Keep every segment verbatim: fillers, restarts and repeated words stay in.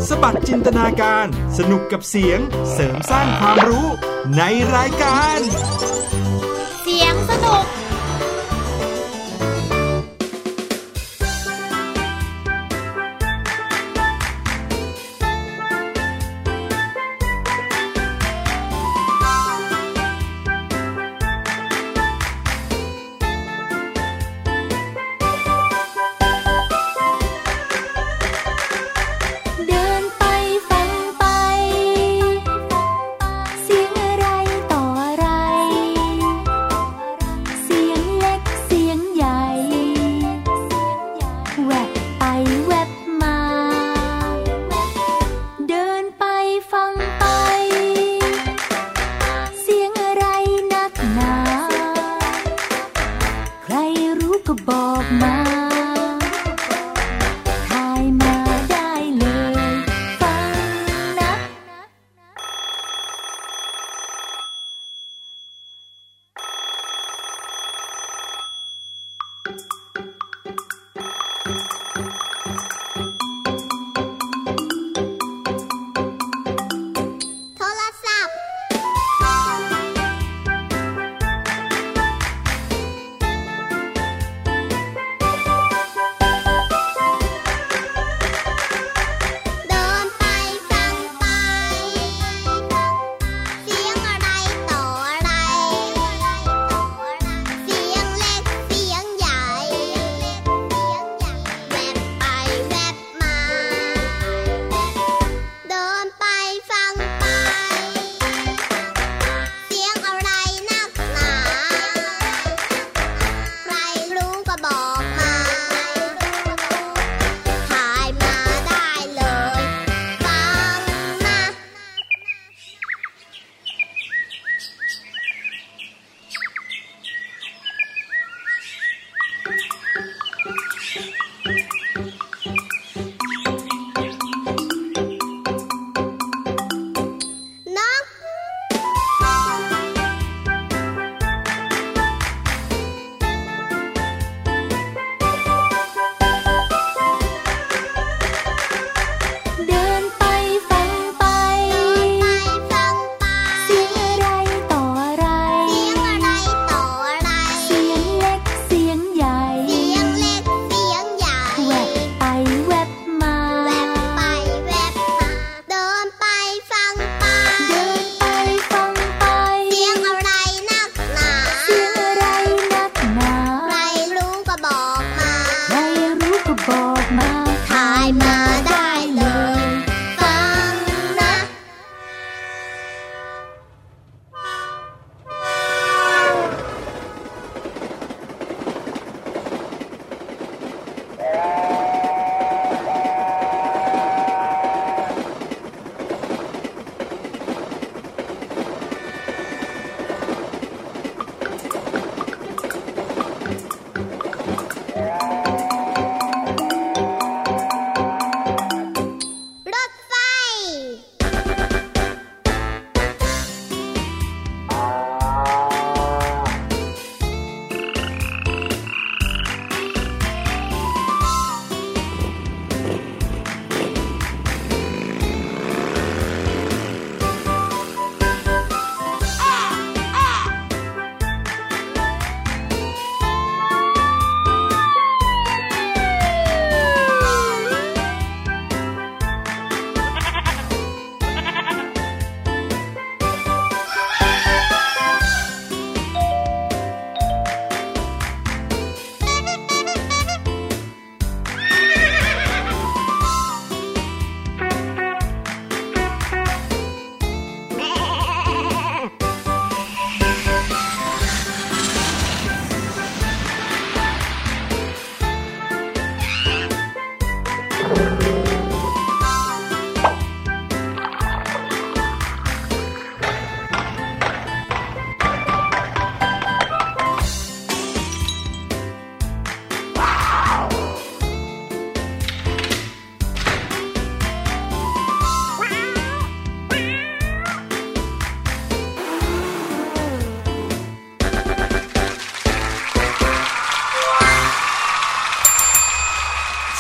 สบัดจินตนาการสนุกกับเสียงเสริมสร้างความรู้ในรายการเสียงสนุก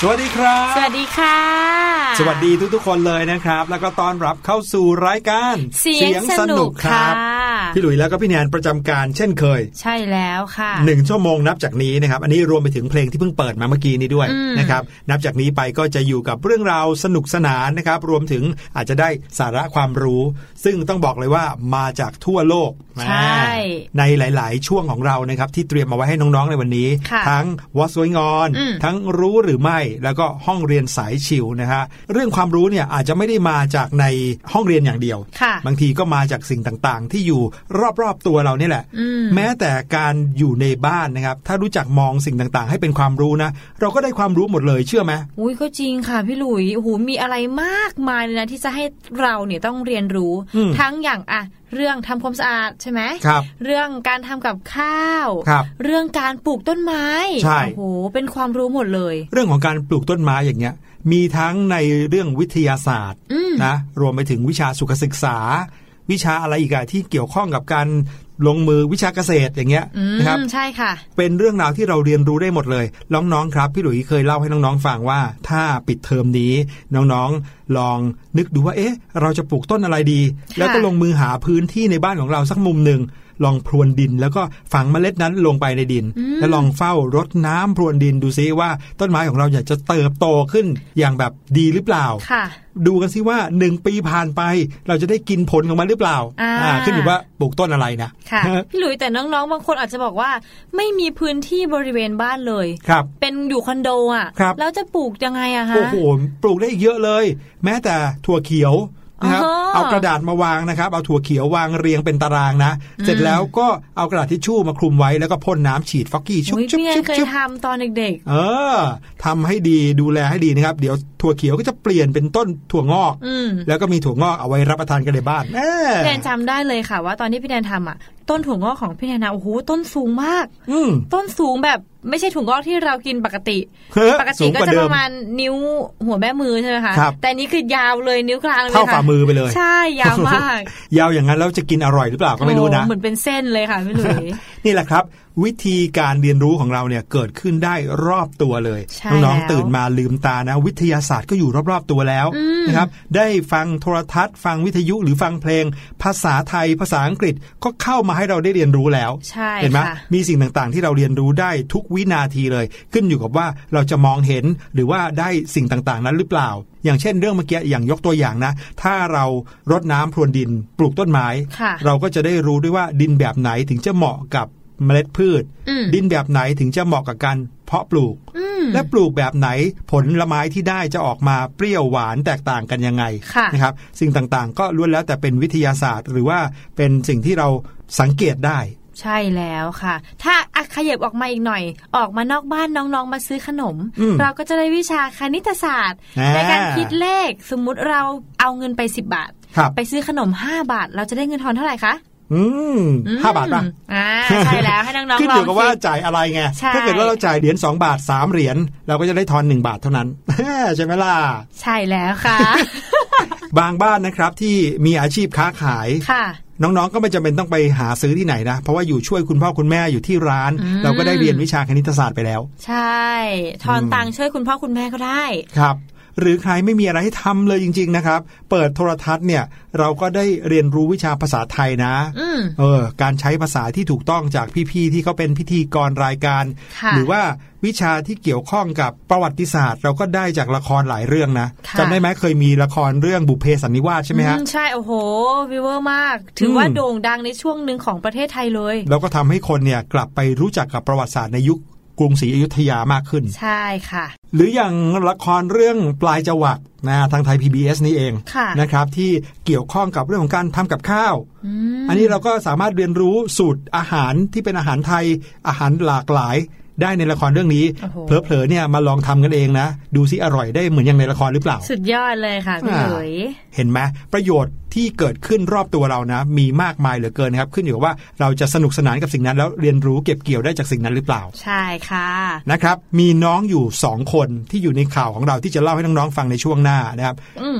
สวัสดีครับสวัสดีค่ะสวัสดีทุกๆคนเลยนะครับแล้วก็ต้อนรับเข้าสู่รายการเสียงสนุกครับพี่หลุยแล้วก็พี่แนนประจำการเช่นเคยใช่แล้วค่ะหนึ่งชั่วโมงนับจากนี้นะครับอันนี้รวมไปถึงเพลงที่เพิ่งเปิดมาเมื่อกี้นี้ด้วยนะครับนับจากนี้ไปก็จะอยู่กับเรื่องราวสนุกสนานนะครับรวมถึงอาจจะได้สาระความรู้ซึ่งต้องบอกเลยว่ามาจากทั่วโลกใช่ในหลายๆช่วงของเรานะครับที่เตรียมมาไว้ให้น้องๆในวันนี้ทั้งวอสวยงอนทั้งรู้หรือไม่แล้วก็ห้องเรียนสายชิวนะฮะเรื่องความรู้เนี่ยอาจจะไม่ได้มาจากในห้องเรียนอย่างเดียวบางทีก็มาจากสิ่งต่างๆที่อยู่รอบๆตัวเรานี่แหละแม้แต่การอยู่ในบ้านนะครับถ้ารู้จักมองสิ่งต่างๆให้เป็นความรู้นะเราก็ได้ความรู้หมดเลยเชื่อไหมอุ้ยก็จริงค่ะพี่หลุยโอ้โหมีอะไรมากมายเลยนะที่จะให้เราเนี่ยต้องเรียนรู้ทั้งอย่างอะเรื่องทำความสะอาดใช่ไหมครับเรื่องการทำกับข้าว เรื่องการปลูกต้นไม้ใช่โอ้โหเป็นความรู้หมดเลยเรื่องของการปลูกต้นไม้อย่างเงี้ยมีทั้งในเรื่องวิทยาศาสตร์นะรวมไปถึงวิชาสุขศึกษาวิชาอะไรอีกอะที่เกี่ยวข้องกับการลงมือวิชาเกษตรอย่างเงี้ยนะครับใช่ค่ะเป็นเรื่องราวที่เราเรียนรู้ได้หมดเลยน้องๆครับพี่หลุยเคยเล่าให้น้องๆฟังว่าถ้าปิดเทอมนี้น้องๆลองนึกดูว่าเอ๊ะเราจะปลูกต้นอะไรดีแล้วก็ลงมือหาพื้นที่ในบ้านของเราสักมุมหนึ่งลองพรวนดินแล้วก็ฝังเมล็ดนั้นลงไปในดินแล้วลองเฝ้ารดน้ำพรวนดินดูซิว่าต้นไม้ของเราอยากจะเติบโตขึ้นอย่างแบบดีหรือเปล่าดูกันซิว่าหนึ่งปีผ่านไปเราจะได้กินผลของมันหรือเปล่าอ่าขึ้นอยู่ว่าปลูกต้นอะไรนะค่ะพี่หลุยแต่น้องๆบางคนอาจจะบอกว่าไม่มีพื้นที่บริเวณบ้านเลยครับเป็นอยู่คอนโดอ่ะแล้วจะปลูกยังไงอะคะโอ้โหปลูกได้เยอะเลยแม้แต่ถั่วเขียวนะครับเอากระดาษมาวางนะครับเอาถั่วเขียววางเรียงเป็นตารางนะเสร็จแล้วก็เอากระดาษทิชชู่มาคลุมไว้แล้วก็พ่นน้ำฉีดฟอกกี้ชุบชุบชุบเคยทำตอนเด็กๆเออทำให้ดีดูแลให้ดีนะครับเดี๋ยวถั่วเขียวก็จะเปลี่ยนเป็นต้นถั่วงอกแล้วก็มีถั่วงอกเอาไว้รับประทานกันในบ้านพี่แนนจำได้เลยค่ะว่าตอนที่พี่แนนทำอ่ะต้นถั่วงอกของพี่แนนนะโอ้โหต้นสูงมากต้นสูงแบบไม่ใช่ถั่วงอกที่เรากินปกติปกติก็จะประมาณนิ้วหัวแม่มือใช่ไหมคะแต่นี้คือยาวเลยนิ้วกลางเลยค่ะเท่าฝ่ามือไปเลยใช่ยาวมากยาวอย่างนั้นแล้วจะกินอร่อยหรือเปล่าก็ไม่รู้นะเหมือนเป็นเส้นเลยค่ะพี่หลุยนี่แหละครับวิธีการเรียนรู้ของเราเนี่ยเกิดขึ้นได้รอบตัวเลยน้องๆตื่นมาลืมตานะวิทยาศาสตร์ก็อยู่รอบๆตัวแล้วนะครับได้ฟังโทรทัศน์ฟังวิทยุหรือฟังเพลงภาษาไทยภาษาอังกฤษก็เข้ามาให้เราได้เรียนรู้แล้วเห็นไหมมีสิ่งต่างๆที่เราเรียนรู้ได้ทุกวินาทีเลยขึ้นอยู่กับว่าเราจะมองเห็นหรือว่าได้สิ่งต่างๆนั้นหรือเปล่าอย่างเช่นเรื่องเมื่อกี้อย่างยกตัวอย่างนะถ้าเรารดน้ำพรวนดินปลูกต้นไม้เราก็จะได้รู้ด้วยว่าดินแบบไหนถึงจะเหมาะกับเมล็ดพืชดินแบบไหนถึงจะเหมาะกับการเพาะปลูกและปลูกแบบไหนผลไม้ที่ได้จะออกมาเปรี้ยวหวานแตกต่างกันยังไงนะครับสิ่งต่างๆก็ล้วนแล้วแต่เป็นวิทยาศาสตร์หรือว่าเป็นสิ่งที่เราสังเกตได้ใช่แล้วค่ะถ้าอักขยับออกมาอีกหน่อยออกมานอกบ้านน้องๆมาซื้อขนมเราก็จะได้วิชาคณิตศาสตร์ในการคิดเลขสมมุติเราเอาเงินไปสิบบาทไปซื้อขนมห้าบาทเราจะได้เงินทอนเท่าไหร่คะอืมห้าบาทป่ะอ่าใช่แล้วให้น้องๆลองขึ้นอยู่กับว่าจ่ายอะไรไงถ้าเกิดว่าเราจ่ายเหรียญสองบาทสามเหรียญเราก็จะได้ทอนหนึ่งบาทเท่านั้นใช่ไหมล่ะใช่แล้วค่ะบางบ้านนะครับที่มีอาชีพค้าขายค่ะน้องๆก็ไม่จำเป็นต้องไปหาซื้อที่ไหนนะเพราะว่าอยู่ช่วยคุณพ่อคุณแม่อยู่ที่ร้านเราก็ได้เรียนวิชาคณิตศาสตร์ไปแล้วใช่ทอนตังค์ช่วยคุณพ่อคุณแม่ก็ได้ครับหรือใครไม่มีอะไรให้ทำเลยจริงๆนะครับเปิดโทรทัศน์เนี่ยเราก็ได้เรียนรู้วิชาภาษาไทยนะเออการใช้ภาษาที่ถูกต้องจากพี่ๆที่เขาเป็นพิธีกรรายการหรือว่าวิชาที่เกี่ยวข้องกับประวัติศาสตร์เราก็ได้จากละครหลายเรื่องนะจำได้ไหมเคยมีละครเรื่องบุพเพสันนิวาสใช่ไหมฮะใช่โอ้โหวิวเวอร์มากถือว่าโด่งดังในช่วงหนึ่งของประเทศไทยเลยแล้วก็ทำให้คนเนี่ยกลับไปรู้จักกับประวัติศาสตร์ในยุคกรุงศรีอยุธยามากขึ้นใช่ค่ะหรืออย่างละครเรื่องปลายจวักนะทางไทย พี บี เอส นี่เองนะครับที่เกี่ยวข้องกับเรื่องของการทำกับข้าว อ, อันนี้เราก็สามารถเรียนรู้สูตรอาหารที่เป็นอาหารไทยอาหารหลากหลายได้ในละครเรื่องนี้เผลอๆเนี่ยมาลองทำกันเองนะดูซิอร่อยได้เหมือนอย่างในละครหรือเปล่าสุดยอดเลยค่ะพี่หลุยเห็นไหมประโยชน์ที่เกิดขึ้นรอบตัวเรานะมีมากมายเหลือเกินนะครับขึ้นอยู่กับว่าเราจะสนุกสนานกับสิ่งนั้นแล้วเรียนรู้เก็บเกี่ยวได้จากสิ่งนั้นหรือเปล่าใช่ค่ะนะครับมีน้องอยู่สองคนที่อยู่ในข่าวของเราที่จะเล่าให้น้องๆฟังในช่วงหน้านะครับ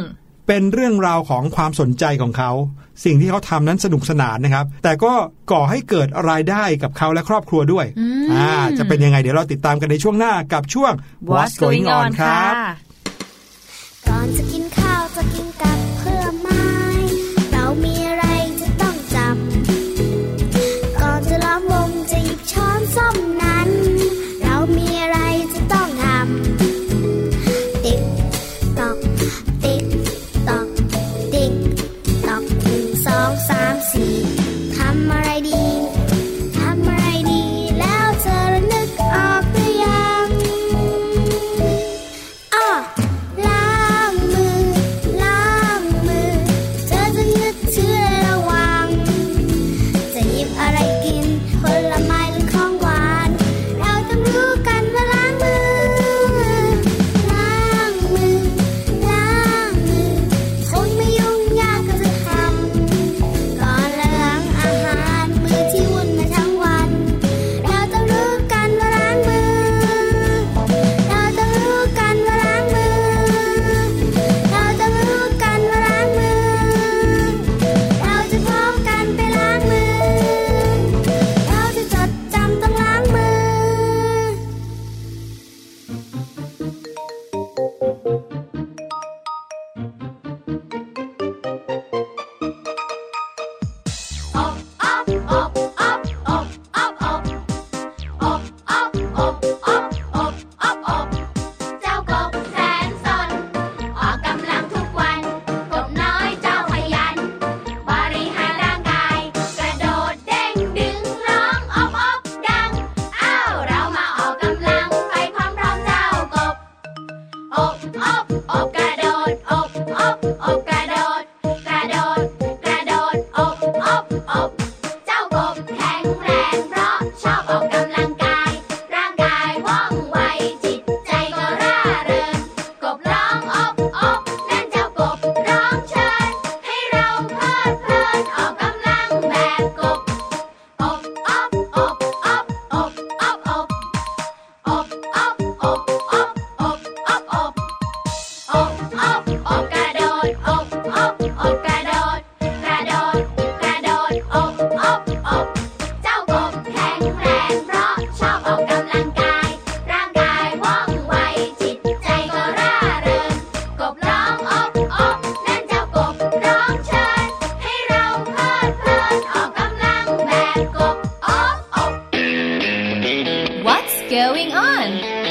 เป็นเรื่องราวของความสนใจของเขาสิ่งที่เขาทำนั้นสนุกสนานนะครับแต่ก็ก่อให้เกิดรายได้กับเขาและครอบครัวด้วยอ่าจะเป็นยังไงเดี๋ยวเราติดตามกันในช่วงหน้ากับช่วง What's Going On ครับก่อนจะกินข้าวจะกินกับเพื่อไม้เรามีอะไรจะต้องจำก่อนจะล้อมวงจะหยิบช้อนส้อมนั้นเรามีอะไรจะต้องทำติ๊กตอกติ๊กตอกติ๊กตอกหนึ่งสองสามสี่ทำอะไรดีทำอะไรดีแล้วเธอนึกออกหรือยังอ้อล้างมือล้างมือเธอจะนึกถึงระวังจะหยิบอะไรกินผลไม้หรือของหวานเราต้องรู้กันว่าล้างมือล้างมือล้างมือคงไม่ยุ่งยากก็จะทำก่อนล้างอาหารมือที่วุ่นมาทั้งวันเราต้องรู้กันว่าล้างมือเราต้องรู้กันว่าล้างมือเราต้องรู้กันว่าล้างมือเราจะพร้อมกันไปล้างมือเราจะจดจำต้องล้างมือเจ้ากบแสนสนออกกำลังทุกวันกบน้อยเจ้าขยันบริหารร่างกายกระโดดเด้งดึงร้องอบอบดังอ้าวเรามาออกกำลังไปพร้อมๆเจ้ากบอบอบอบกระโดดอบอบอบกระโดดกระโดดกระโดดอบอบอบเจ้ากบแข็งแรงเพราะชอบออกกำลังกายร่างกายว่องไวจิตใจก็ร่าเริงกบร้องอบอบนั่นเจ้ากบร้องเชิญให้เราเพลิดเพลินออกกำลังแบบกบอบอบอบอบอบอบอบอบอบอบอบอบอบอบอบอบอบกระโดดอบอบอบกระโดดกระโดดกระโดดอบอบอบเจ้ากบแข็งแรงเพราะชอบออกกำลังกายร่างกายว่องไวจิตใจก็ร่าเริงกบร้องอบอบนั่นเจ้ากบร้องเชิญให้เราเพลิดเพลินออกกำลังแบบกบอบอบ What's going on?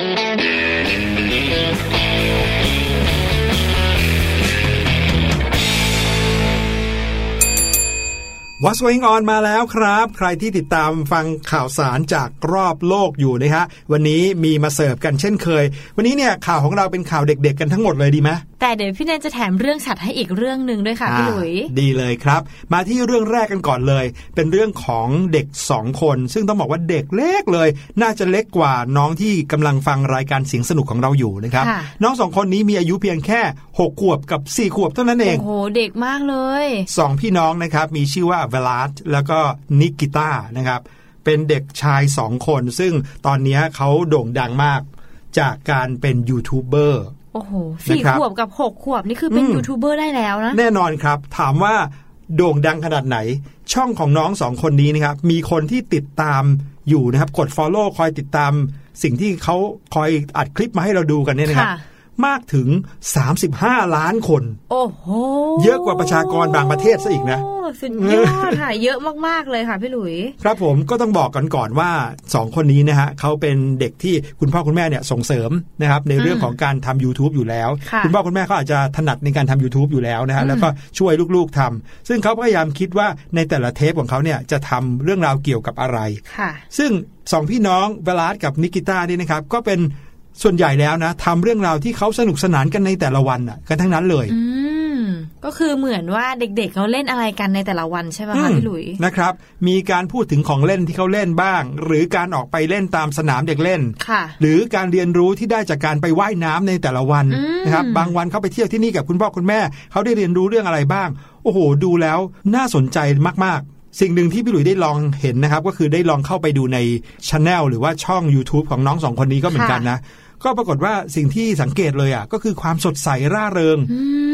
What's Going On มาแล้วครับใครที่ติดตามฟังข่าวสารจากรอบโลกอยู่นะฮะวันนี้มีมาเสิร์ฟกันเช่นเคยวันนี้เนี่ยข่าวของเราเป็นข่าวเด็กๆกันทั้งหมดเลยดีไหมแต่เดี๋ยวพี่แนนจะแถมเรื่องสัตว์ให้อีกเรื่องนึงด้วยค่ะพี่หลุยดีเลยครับมาที่เรื่องแรกกันก่อนเลยเป็นเรื่องของเด็กสองคนซึ่งต้องบอกว่าเด็กเล็กเลยน่าจะเล็กกว่าน้องที่กำลังฟังรายการเสียงสนุกของเราอยู่นะครับน้องสองคนนี้มีอายุเพียงแค่หกขวบกับสี่ขวบเท่านั้นเองโอ้โหเด็กมากเลยสองพี่น้องนะครับมีชื่อว่าเวลาสแล้วก็นิกิต้านะครับเป็นเด็กชายสองคนซึ่งตอนนี้เขาโด่งดังมากจากการเป็นยูทูบเบอร์โอ้โหสี่ขวบกับหกขวบนี่คือเป็นยูทูบเบอร์ได้แล้วนะแน่นอนครับถามว่าโด่งดังขนาดไหนช่องของน้องสองคนนี้นะครับมีคนที่ติดตามอยู่นะครับกด follow คอยติดตามสิ่งที่เขาคอยอัดคลิปมาให้เราดูกันเนี่ยนะครับมากถึงสามสิบห้าล้านคนโอ้โหเยอะกว่าประชากรบางประเทศซะอีกนะสุดยอดค่ะเยอะมากๆเลยค่ะพี่หลุยครับผมก็ต้องบอกกันก่อนว่าสองคนนี้นะฮะเขาเป็นเด็กที่คุณพ่อคุณแม่เนี่ยส่งเสริมนะครับในเรื่องของการทำ YouTube อยู่แล้วคุณพ่อคุณแม่เขาอาจจะถนัดในการทำ YouTube อยู่แล้วนะฮะแล้วก็ช่วยลูกๆทำซึ่งเขาพยายามคิดว่าในแต่ละเทปของเขาเนี่ยจะทำเรื่องราวเกี่ยวกับอะไรซึ่งสองพี่น้องเวลาสกับนิกิต้านี่นะครับก็เป็นส่วนใหญ่แล้วนะทำเรื่องราวที่เขาสนุกสนานกันในแต่ละวันอ่ะกันทั้งนั้นเลยอืมก็คือเหมือนว่าเด็กๆเขาเล่นอะไรกันในแต่ละวันใช่ไหมคะพี่หลุยนะครับมีการพูดถึงของเล่นที่เขาเล่นบ้างหรือการออกไปเล่นตามสนามเด็กเล่นหรือการเรียนรู้ที่ได้จากการไปว่ายน้ำในแต่ละวันนะครับบางวันเขาไปเที่ยวที่นี่กับคุณพ่อคุณแม่เขาได้เรียนรู้เรื่องอะไรบ้างโอ้โหดูแล้วน่าสนใจมากๆสิ่งหนึ่งที่พี่หลุยได้ลองเห็นนะครับก็คือได้ลองเข้าไปดูใน channel หรือว่าช่อง YouTube ของน้องสองคนนี้ก็เหมือนกันนะก็ปรากฏว่าสิ่งที่สังเกตเลยอ่ะก็คือความสดใสร่าเริง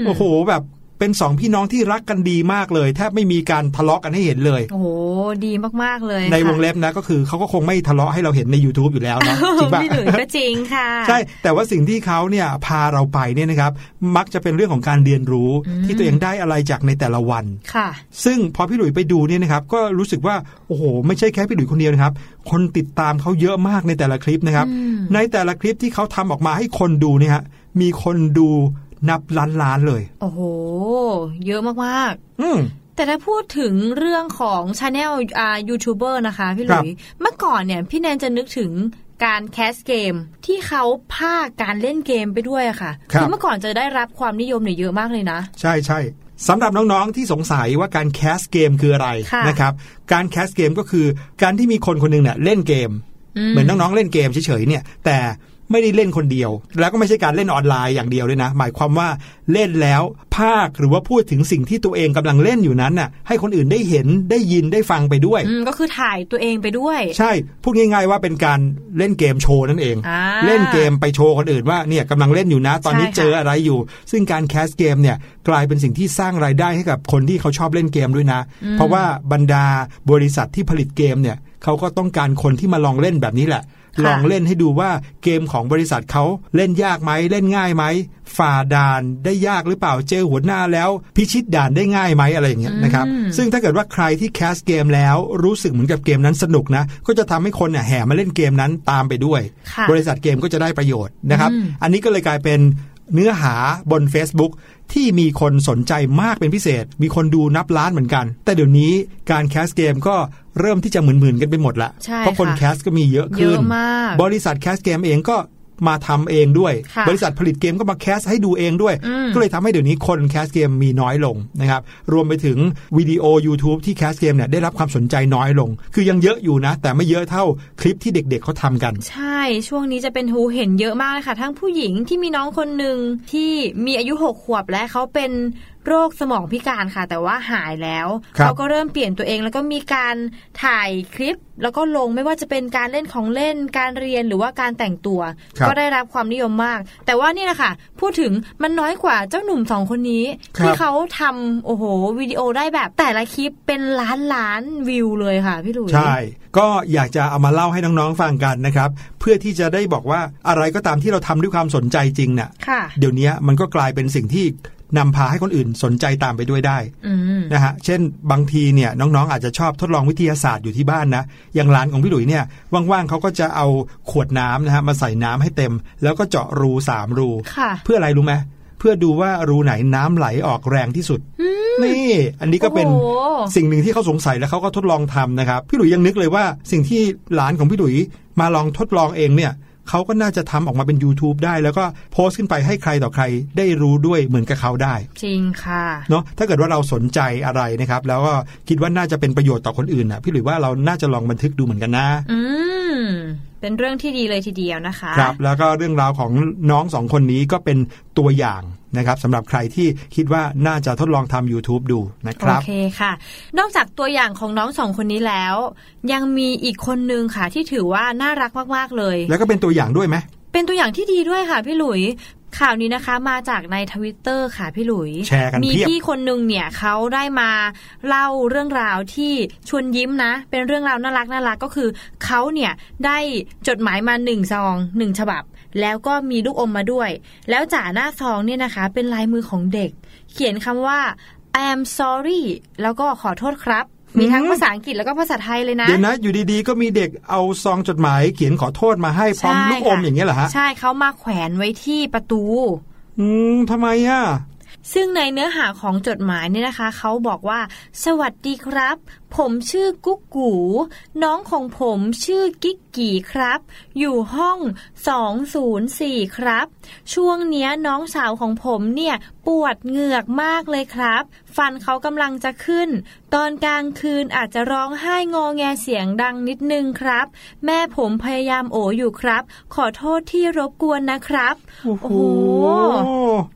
โอ้โหแบบเป็นสองพี่น้องที่รักกันดีมากเลยแทบไม่มีการทะเลาะกันให้เห็นเลยโอ้โหดีมากๆเลยในวงเล็บนะก็คือเขาก็คงไม่ทะเลาะให้เราเห็นใน YouTube อยู่แล้วนะจริงป่ะก็จริงค่ะใช่แต่ว่าสิ่งที่เขาเนี่ยพาเราไปเนี่ยนะครับมักจะเป็นเรื่องของการเรียนรู้ที่ตัวเองได้อะไรจากในแต่ละวันค่ะซึ่งพอพี่หลุยไปดูเนี่ยนะครับก็รู้สึกว่าโอ้โหไม่ใช่แค่พี่หลุยคนเดียวนะครับคนติดตามเขาเยอะมากในแต่ละคลิปนะครับในแต่ละคลิปที่เขาทำออกมาให้คนดูเนี่ยฮะมีคนดูนับล้านล้านเลยโอ้โหเยอะมากๆอืมแต่ถ้าพูดถึงเรื่องของ channel อ่ายูทูบเบอร์นะคะพี่หลุยเมื่อก่อนเนี่ยพี่แนนจะนึกถึงการแคสเกมที่เขาพากการเล่นเกมไปด้วยอะค่ะคือเมื่อก่อนจะได้รับความนิยมเนี่ยเยอะมากเลยนะใช่ใช่สำหรับน้องๆที่สงสัยว่าการแคสเกมคืออะไรนะครับการแคสเกมก็คือการที่มีคนคนนึงเนี่ยเล่นเกมเหมือนน้องๆเล่นเกมเฉยๆเนี่ยแต่ไม่ได้เล่นคนเดียวแล้วก็ไม่ใช่การเล่นออนไลน์อย่างเดียวด้วยนะหมายความว่าเล่นแล้วพากหรือว่าพูดถึงสิ่งที่ตัวเองกำลังเล่นอยู่นั้นน่ะให้คนอื่นได้เห็นได้ยินได้ฟังไปด้วยก็คือถ่ายตัวเองไปด้วยใช่พูดง่ายๆว่าเป็นการเล่นเกมโชว์นั่นเองเล่นเกมไปโชว์คนอื่นว่าเนี่ยกำลังเล่นอยู่นะตอนนี้เจออะไรอยู่ซึ่งการแคสเกมเนี่ยกลายเป็นสิ่งที่สร้างรายได้ให้กับคนที่เขาชอบเล่นเกมด้วยนะเพราะว่าบรรดาบริษัทที่ผลิตเกมเนี่ยเขาก็ต้องการคนที่มาลองเล่นแบบนี้แหละลองเล่นให้ดูว่าเกมของบริษัทเขาเล่นยากไหมเล่นง่ายไหมฝ่าด่านได้ยากหรือเปล่าเจอหัวหน้าแล้วพิชิตด่านได้ง่ายไหมอะไรอย่างเงี้ยนะครับซึ่งถ้าเกิดว่าใครที่แคสเกมแล้วรู้สึกเหมือนกับเกมนั้นสนุกนะก็จะทำให้คนเนี่ยแห่มาเล่นเกมนั้นตามไปด้วยบริษัทเกมก็จะได้ประโยชน์นะครับอันนี้ก็เลยกลายเป็นเนื้อหาบน Facebook ที่มีคนสนใจมากเป็นพิเศษมีคนดูนับล้านเหมือนกันแต่เดี๋ยวนี้การแคสเกมก็เริ่มที่จะหมื่นๆกันไปหมดละเพราะคนแคสก็มีเยอะขึ้นบริษัทแคสเกมเองก็มาทำเองด้วยบริษัทผลิตเกมก็มาแคสให้ดูเองด้วยก็เลยทำให้เดี๋ยวนี้คนแคสเกมมีน้อยลงนะครับรวมไปถึงวิดีโอ YouTube ที่แคสเกมเนี่ยได้รับความสนใจน้อยลงคือยังเยอะอยู่นะแต่ไม่เยอะเท่าคลิปที่เด็กๆเขาทำกันใช่ช่วงนี้จะเป็นหูเห็นเยอะมากเลยค่ะทั้งผู้หญิงที่มีน้องคนหนึ่งที่มีอายุหกขวบและเขาเป็นโรคสมองพิการค่ะแต่ว่าหายแล้วเขาก็เริ่มเปลี่ยนตัวเองแล้วก็มีการถ่ายคลิปแล้วก็ลงไม่ว่าจะเป็นการเล่นของเล่นการเรียนหรือว่าการแต่งตัวก็ได้รับความนิยมมากแต่ว่านี่แหละค่ะพูดถึงมันน้อยกว่าเจ้าหนุ่มสองคนนี้ที่เขาทำโอ้โหวิดีโอได้แบบแต่ละคลิปเป็นล้านล้านวิวเลยค่ะพี่หลุยใช่ก็อยากจะเอามาเล่าให้น้องๆฟังกันนะครับเพื่อที่จะได้บอกว่าอะไรก็ตามที่เราทำด้วยความสนใจจริงเนี่ยเดี๋ยวนี้มันก็กลายเป็นสิ่งที่นำพาให้คนอื่นสนใจตามไปด้วยได้นะฮะเช่นบางทีเนี่ยน้องๆอาจจะชอบทดลองวิทยาศาสตร์อยู่ที่บ้านนะอย่างหลานของพี่หลุยเนี่ยว่างๆเขาก็จะเอาขวดน้ำนะฮะมาใส่น้ำให้เต็มแล้วก็เจาะรูสามรูเพื่ออะไรรู้ไหมเพื่อดูว่ารูไหนน้ำไหลออกแรงที่สุดนี่อันนี้ก็เป็นสิ่งหนึ่งที่เขาสงสัยแล้วเขาก็ทดลองทำนะครับพี่หลุยยังนึกเลยว่าสิ่งที่หลานของพี่หลุยมาลองทดลองเองเนี่ยเขาก็น่าจะทำออกมาเป็น YouTube ได้แล้วก็โพสต์ขึ้นไปให้ใครต่อใครได้รู้ด้วยเหมือนกับเขาได้จริงค่ะเนาะถ้าเกิดว่าเราสนใจอะไรนะครับแล้วก็คิดว่าน่าจะเป็นประโยชน์ต่อคนอื่นน่ะพี่หลุยว่าเราน่าจะลองบันทึกดูเหมือนกันนะอืมเป็นเรื่องที่ดีเลยทีเดียวนะคะครับแล้วก็เรื่องราวของน้องสองคนนี้ก็เป็นตัวอย่างนะครับสำหรับใครที่คิดว่าน่าจะทดลองทำ YouTube ดูนะครับโอเคค่ะนอกจากตัวอย่างของน้องสองคนนี้แล้วยังมีอีกคนนึงค่ะที่ถือว่าน่ารักมากๆเลยแล้วก็เป็นตัวอย่างด้วยไหมเป็นตัวอย่างที่ดีด้วยค่ะพี่หลุยข่าวนี้นะคะมาจากใน Twitter ค่ะพี่หลุยแชร์กันเพียบมีพี่คนนึงเนี่ยเขาได้มาเล่าเรื่องราวที่ชวนยิ้มนะเป็นเรื่องราวน่ารักน่ารักก็คือเขาเนี่ยได้จดหมายมาหนึ่งซองหนึ่งฉบับแล้วก็มีลูกอมมาด้วยแล้วจ่าหน้าซองเนี่ยนะคะเป็นลายมือของเด็กเขียนคำว่า I'm sorry แล้วก็ขอโทษครับมีทั้งภาษาอังกฤษแล้วก็ภาษาไทยเลยนะเดี๋ยวนะอยู่ดีๆก็มีเด็กเอาซองจดหมายเขียนขอโทษมาให้พร้อมลูกอมอย่างเงี้ยเหรอฮะใช่เขามาแขวนไว้ที่ประตูอืมทำไมอ่ะซึ่งในเนื้อหาของจดหมายเนี่ยนะคะเขาบอกว่าสวัสดีครับผมชื่อกุ๊กกูน้องของผมชื่อกิ๊กกี่ครับอยู่ห้องสองศูนย์สี่ครับช่วงเนี้ยน้องสาวของผมเนี่ยปวดเหงือกมากเลยครับฟันเขากำลังจะขึ้นตอนกลางคืนอาจจะร้องไห้งอแงเสียงดังนิดนึงครับแม่ผมพยายามโออยู่ครับขอโทษที่รบกวนนะครับโอ้โห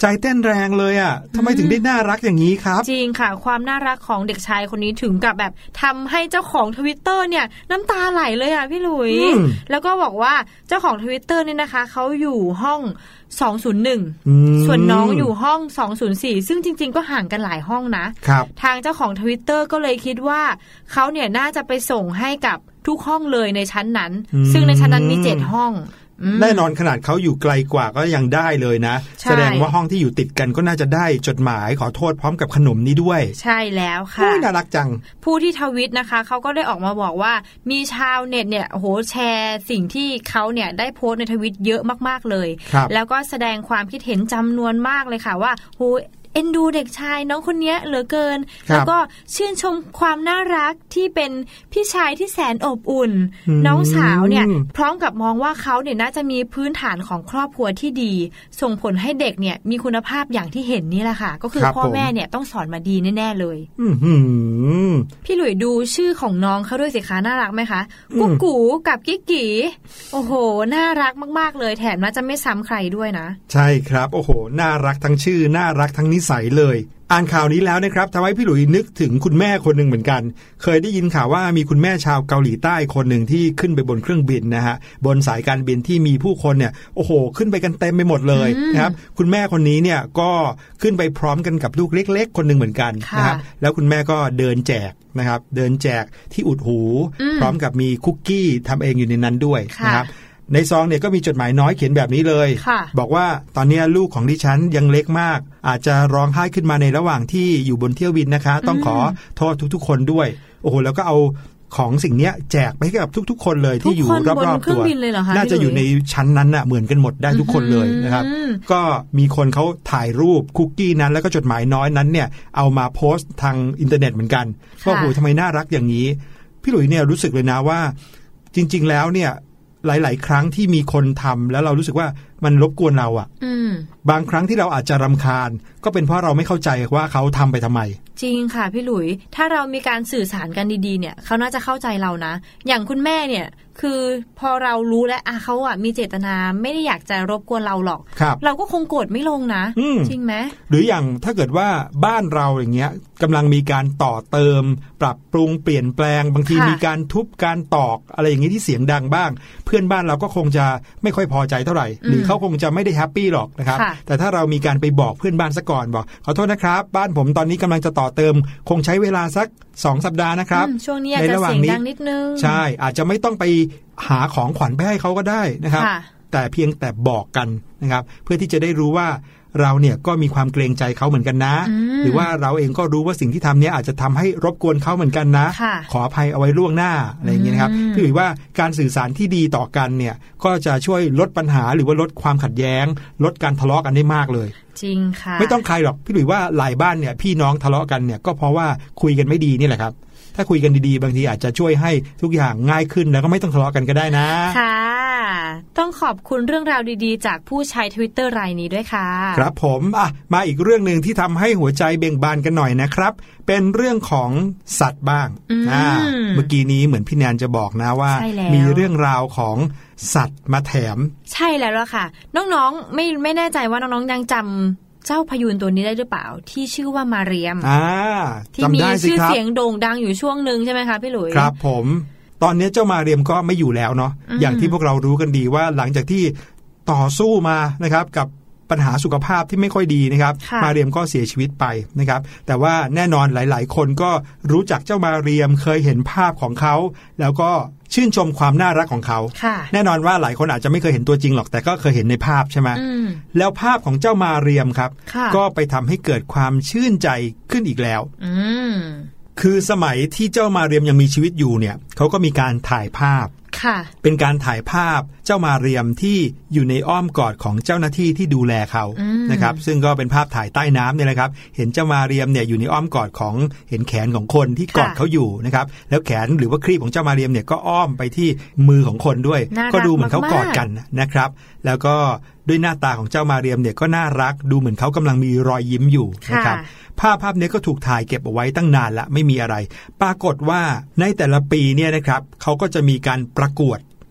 ใจเต้นแรงเลยอ่ะทำไมถึงได้น่ารักอย่างนี้ครับจริงค่ะความน่ารักของเด็กชายคนนี้ถึงกับแบบทำให้เจ้าของ Twitter เนี่ยน้ำตาไหลเลยอ่ะพี่หลุยแล้วก็บอกว่าเจ้าของ Twitter เนี่ยนะคะเขาอยู่ห้องสองศูนย์หนึ่งส่วนน้องอยู่ห้องสองศูนย์สี่ซึ่งจริงๆก็ห่างกันหลายห้องนะครับทางเจ้าของ Twitter ก็เลยคิดว่าเขาเนี่ยน่าจะไปส่งให้กับทุกห้องเลยในชั้นนั้นซึ่งในชั้นนั้นมีเจ็ดห้องแน่นอนขนาดเขาอยู่ไกลกว่าก็ยังได้เลยนะแสดงว่าห้องที่อยู่ติดกันก็น่าจะได้จดหมายขอโทษพร้อมกับขนมนี้ด้วยใช่แล้วค่ะน่ารักจังผู้ที่ทวิตนะคะเขาก็ได้ออกมาบอกว่ามีชาวเน็ตเนี่ยโหแชร์สิ่งที่เขาเนี่ยได้โพสต์ในทวิตเยอะมากๆเลยแล้วก็แสดงความคิดเห็นจำนวนมากเลยค่ะว่าโหเอ็นดูเด็กชายน้องคนนี้เหลือเกินแล้วก็ชื่นชมความน่ารักที่เป็นพี่ชายที่แสนอบอุ่นน้องสาวเนี่ยพร้อมกับมองว่าเขาเนี่ยน่าจะมีพื้นฐานของครอบครัวที่ดีส่งผลให้เด็กเนี่ยมีคุณภาพอย่างที่เห็นนี่แหละค่ะก็คือพ่อแม่เนี่ยต้องสอนมาดีแน่ๆเลยพี่หลุยดูชื่อของน้องเขาด้วยสิคะน่ารักไหมคะกุ๊กกูกับกิ๊กกีโอ้โหน่ารักมากๆเลยแถมน่าจะไม่ซ้ำใครด้วยนะใช่ครับโอ้โหน่ารักทั้งชื่อน่ารักทั้งนิสัยเลยอ่านข่าวนี้แล้วนะครับทำให้พี่หลุยนึกถึงคุณแม่คนหนึ่งเหมือนกันเคยได้ยินข่าวว่ามีคุณแม่ชาวเกาหลีใต้คนหนึ่งที่ขึ้นไปบนเครื่องบินนะฮะบนสายการบินที่มีผู้คนเนี่ยโอ้โหขึ้นไปกันเต็มไปหมดเลยนะครับคุณแม่คนนี้เนี่ยก็ขึ้นไปพร้อมกันกับลูกเล็กๆคนหนึ่งเหมือนกันนะครับแล้วคุณแม่ก็เดินแจกนะครับเดินแจกที่อุดหูพร้อมกับมีคุกกี้ทำเองอยู่ในนั้นด้วยนะครับในซองเนี่ยก็มีจดหมายน้อยเขียนแบบนี้เลยบอกว่าตอนนี้ลูกของดิฉันยังเล็กมากอาจจะร้องไห้ขึ้นมาในระหว่างที่อยู่บนเที่ยวบินนะคะต้องขอโทษทุกๆคนด้วยโอ้โหแล้วก็เอาของสิ่งนี้แจกไปให้กับทุกๆคนเลยที่อยู่รอบๆตัวน่าจะอยู่ในชั้นนั้นน่ะเหมือนกันหมดได้ทุกคนเลยนะครับก็มีคนเขาถ่ายรูปคุกกี้นั้นแล้วก็จดหมายน้อยนั้นเนี่ยเอามาโพสต์ทางอินเทอร์เน็ตเหมือนกันว่าโอ้โหทำไมน่ารักอย่างนี้พี่หลุยเนี่ยรู้สึกเลยนะว่าจริงๆแล้วเนี่ยหลายๆครั้งที่มีคนทำแล้วเรารู้สึกว่ามันรบกวนเราอ่ะบางครั้งที่เราอาจจะรำคาญก็เป็นเพราะเราไม่เข้าใจว่าเขาทำไปทำไมจริงค่ะพี่หลุยถ้าเรามีการสื่อสารกันดีๆเนี่ยเขาน่าจะเข้าใจเรานะอย่างคุณแม่เนี่ยคือพอเรารู้แล้วอ่ะเขาอ่ะมีเจตนาไม่ได้อยากจะรบกวนเราหรอกรเราก็คงโกรธไม่ลงนะจริงไหมหรืออย่างถ้าเกิดว่าบ้านเราอย่างเงี้ยกำลังมีการต่อเติมปรับปรุงเปลี่ยนแปลงบางทีมีการทุบการตอกอะไรอย่างงี้ที่เสียงดังบ้างเพื่อนบ้านเราก็คงจะไม่ค่อยพอใจเท่าไหร่หรือเขาคงจะไม่ได้แฮปปี้หรอกนะครับแต่ถ้าเรามีการไปบอกเพื่อนบ้านซะก่อนบอกขอโทษนะครับบ้านผมตอนนี้กำลังจะต่อเติมคงใช้เวลาสักสองสัปดาห์นะครับช่วงนี้อาจจะเสียงดังนิดนึงใช่อาจจะไม่ต้องไปหาของขวัญไปให้เขาก็ได้นะครับแต่เพียงแต่บอกกันนะครับเพื่อที่จะได้รู้ว่าเราเนี่ยก็มีความเกรงใจเขาเหมือนกันนะหรือว่าเราเองก็รู้ว่าสิ่งที่ทำเนี่ยอาจจะทำให้รบกวนเขาเหมือนกันนะขออภัยเอาไว้ล่วงหน้าอะไรอย่างเงี้ยนะครับพี่หลุยว่าการสื่อสารที่ดีต่อกันเนี่ยก็จะช่วยลดปัญหาหรือว่าลดความขัดแย้งลดการทะเลาะกันได้มากเลยจริงค่ะไม่ต้องใครหรอกพี่หลุยว่าหลายบ้านเนี่ยพี่น้องทะเลาะกันเนี่ยก็เพราะว่าคุยกันไม่ดีนี่แหละครับถ้าคุยกันดีๆบางทีอาจจะช่วยให้ทุกอย่างง่ายขึ้นแล้วก็ไม่ต้องทะเลาะกันก็ได้นะค่ะต้องขอบคุณเรื่องราวดีๆจากผู้ใช้ Twitter รายนี้ด้วยค่ะครับผมอ่ะมาอีกเรื่องนึงที่ทำให้หัวใจเบ่งบานกันหน่อยนะครับเป็นเรื่องของสัตว์บ้างอ่าเมื่อกี้นี้เหมือนพี่แนนจะบอกนะว่ามีเรื่องราวของสัตว์มาแถมใช่แล้วล่ะค่ะน้องๆไม่ไม่แน่ใจว่าน้องๆยังจำเจ้าพยูนตัวนี้ได้หรือเปล่าที่ชื่อว่ามาเรียมอ่าที่มีชื่อเสียงโด่งดังอยู่ช่วงนึงใช่ไหมคะพี่หลุยครับผมตอนนี้เจ้ามาเรียมก็ไม่อยู่แล้วเนาะ อ, อย่างที่พวกเรารู้กันดีว่าหลังจากที่ต่อสู้มานะครับกับปัญหาสุขภาพที่ไม่ค่อยดีนะครับมาเรียมก็เสียชีวิตไปนะครับแต่ว่าแน่นอนหลายๆคนก็รู้จักเจ้ามาเรียมเคยเห็นภาพของเขาแล้วก็ชื่นชมความน่ารักของเขาแน่นอนว่าหลายคนอาจจะไม่เคยเห็นตัวจริงหรอกแต่ก็เคยเห็นในภาพใช่ไหมแล้วภาพของเจ้ามาเรียมครับก็ไปทำให้เกิดความชื่นใจขึ้นอีกแล้วคือสมัยที่เจ้ามาเรียมยังมีชีวิตอยู่เนี่ยเขาก็มีการถ่ายภาพเป็นการถ่ายภาพเจ้ามาเรียมที่อยู่ในอ้อมกอดของเจ้าหน้าที่ที่ดูแลเขานะครับซึ่งก็เป็นภาพถ่ายใต้น้ำเนี่ยนะครับเห็นเจ้ามาเรียมเนี่ยอยู่ในอ้อมกอดของเห็นแขนของคนที่กอดเขาอยู่นะครับแล้วแขนหรือว่าครีบของเจ้ามาเรียมเนี่ยก็อ้อมไปที่มือของคนด้วยก็ดูเหมือนเขากอดกันนะครับแล้วก็ด้วยหน้าตาของเจ้ามาเรียมเนี่ยก็น่ารักดูเหมือนเขากำลังมีรอยยิ้มอยู่นะครับภาพภาพนี้ก็ถูกถ่ายเก็บเอาไว้ตั้งนานละไม่มีอะไรปรากฏว่าในแต่ละปีเนี่ยนะครับเขาก็จะมีการประกวด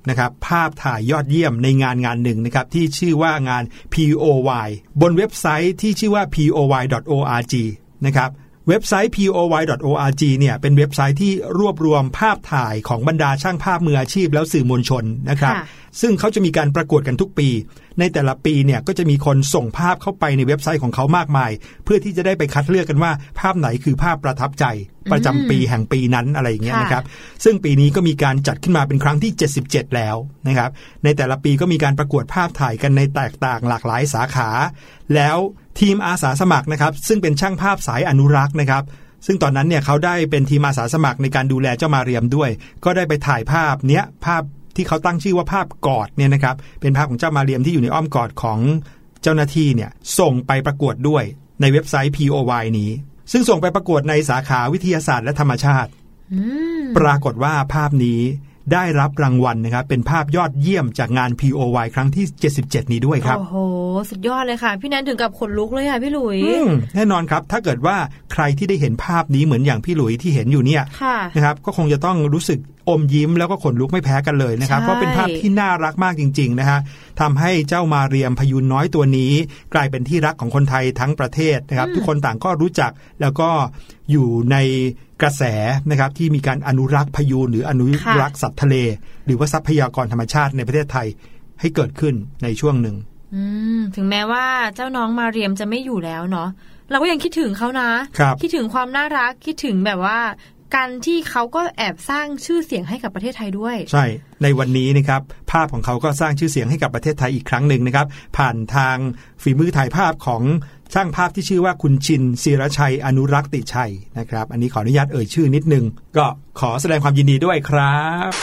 นะครับภาพถ่ายยอดเยี่ยมในงานงานหนึ่งนะครับที่ชื่อว่างาน พี โอ วาย บนเว็บไซต์ที่ชื่อว่า พี โอ วาย ดอท โอ อาร์ จี นะครับเว็บไซต์ พี โอ วาย ดอท โอ อาร์ จี เนี่ยเป็นเว็บไซต์ที่รวบรวมภาพถ่ายของบรรดาช่างภาพมืออาชีพแล้วสื่อมวลชนนะครับซึ่งเขาจะมีการประกวดกันทุกปีในแต่ละปีเนี่ยก็จะมีคนส่งภาพเข้าไปในเว็บไซต์ของเขามากมายเพื่อที่จะได้ไปคัดเลือกกันว่าภาพไหนคือภาพประทับใจประจำปีแห่งปีนั้นอะไรอย่างเงี้ยนะครับซึ่งปีนี้ก็มีการจัดขึ้นมาเป็นครั้งที่เจ็ดสิบเจ็ดแล้วนะครับในแต่ละปีก็มีการประกวดภาพถ่ายกันในแตกต่างหลากหลายสาขาแล้วทีมอาสาสมัครนะครับซึ่งเป็นช่างภาพสายอนุรักษ์นะครับซึ่งตอนนั้นเนี่ยเขาได้เป็นทีมอาสาสมัครในการดูแลเจ้ามาเรียมด้วยก็ได้ไปถ่ายภาพเนี้ยภาพที่เขาตั้งชื่อว่าภาพกอดเนี่ยนะครับเป็นภาพของเจ้ามาเรียมที่อยู่ในอ้อมกอดของเจ้าหน้าที่เนี่ยส่งไปประกวดด้วยในเว็บไซต์ พี โอ วาย นี้ซึ่งส่งไปประกวดในสาขาวิทยาศาสตร์และธรรมชาติปรากฏว่าภาพนี้ได้รับรางวัลนะครับเป็นภาพยอดเยี่ยมจากงาน พี โอ วาย ครั้งที่เจ็ดสิบเจ็ดนี้ด้วยครับโอ้โหสุดยอดเลยค่ะพี่แนนถึงกับขนลุกเลยค่ะพี่หลุยแน่นอนครับถ้าเกิดว่าใครที่ได้เห็นภาพนี้เหมือนอย่างพี่หลุยที่เห็นอยู่เนี่ยนะครับก็คงจะต้องรู้สึกอมยิ้มแล้วก็ขนลุกไม่แพ้กันเลยนะครับเพราะเป็นภาพที่น่ารักมากจริงๆนะฮะทำให้เจ้ามาเรียมพยูนน้อยตัวนี้กลายเป็นที่รักของคนไทยทั้งประเทศนะครับทุกคนต่างก็รู้จักแล้วก็อยู่ในกระแสนะครับที่มีการอนุรักษ์พยูนหรืออนุรักษ์สัตว์ทะเลหรือว่าทรัพยากรธรรมชาติในประเทศไทยให้เกิดขึ้นในช่วงหนึ่งถึงแม้ว่าเจ้าน้องมาเรียมจะไม่อยู่แล้วเนาะเราก็ยังคิดถึงเขานะคิดถึงความน่ารักคิดถึงแบบว่าการที่เขาก็แอบสร้างชื่อเสียงให้กับประเทศไทยด้วยใช่ในวันนี้นะครับภาพของเขาก็สร้างชื่อเสียงให้กับประเทศไทยอีกครั้งหนึ่งนะครับผ่านทางฝีมือถ่ายภาพของช่างภาพที่ชื่อว่าคุณชินศิรชัยอนุรักษ์ติชัยนะครับอันนี้ขออนุญาตเอ่ยชื่อนิดนึงก็ขอแสดงความยินดีด้วยครับ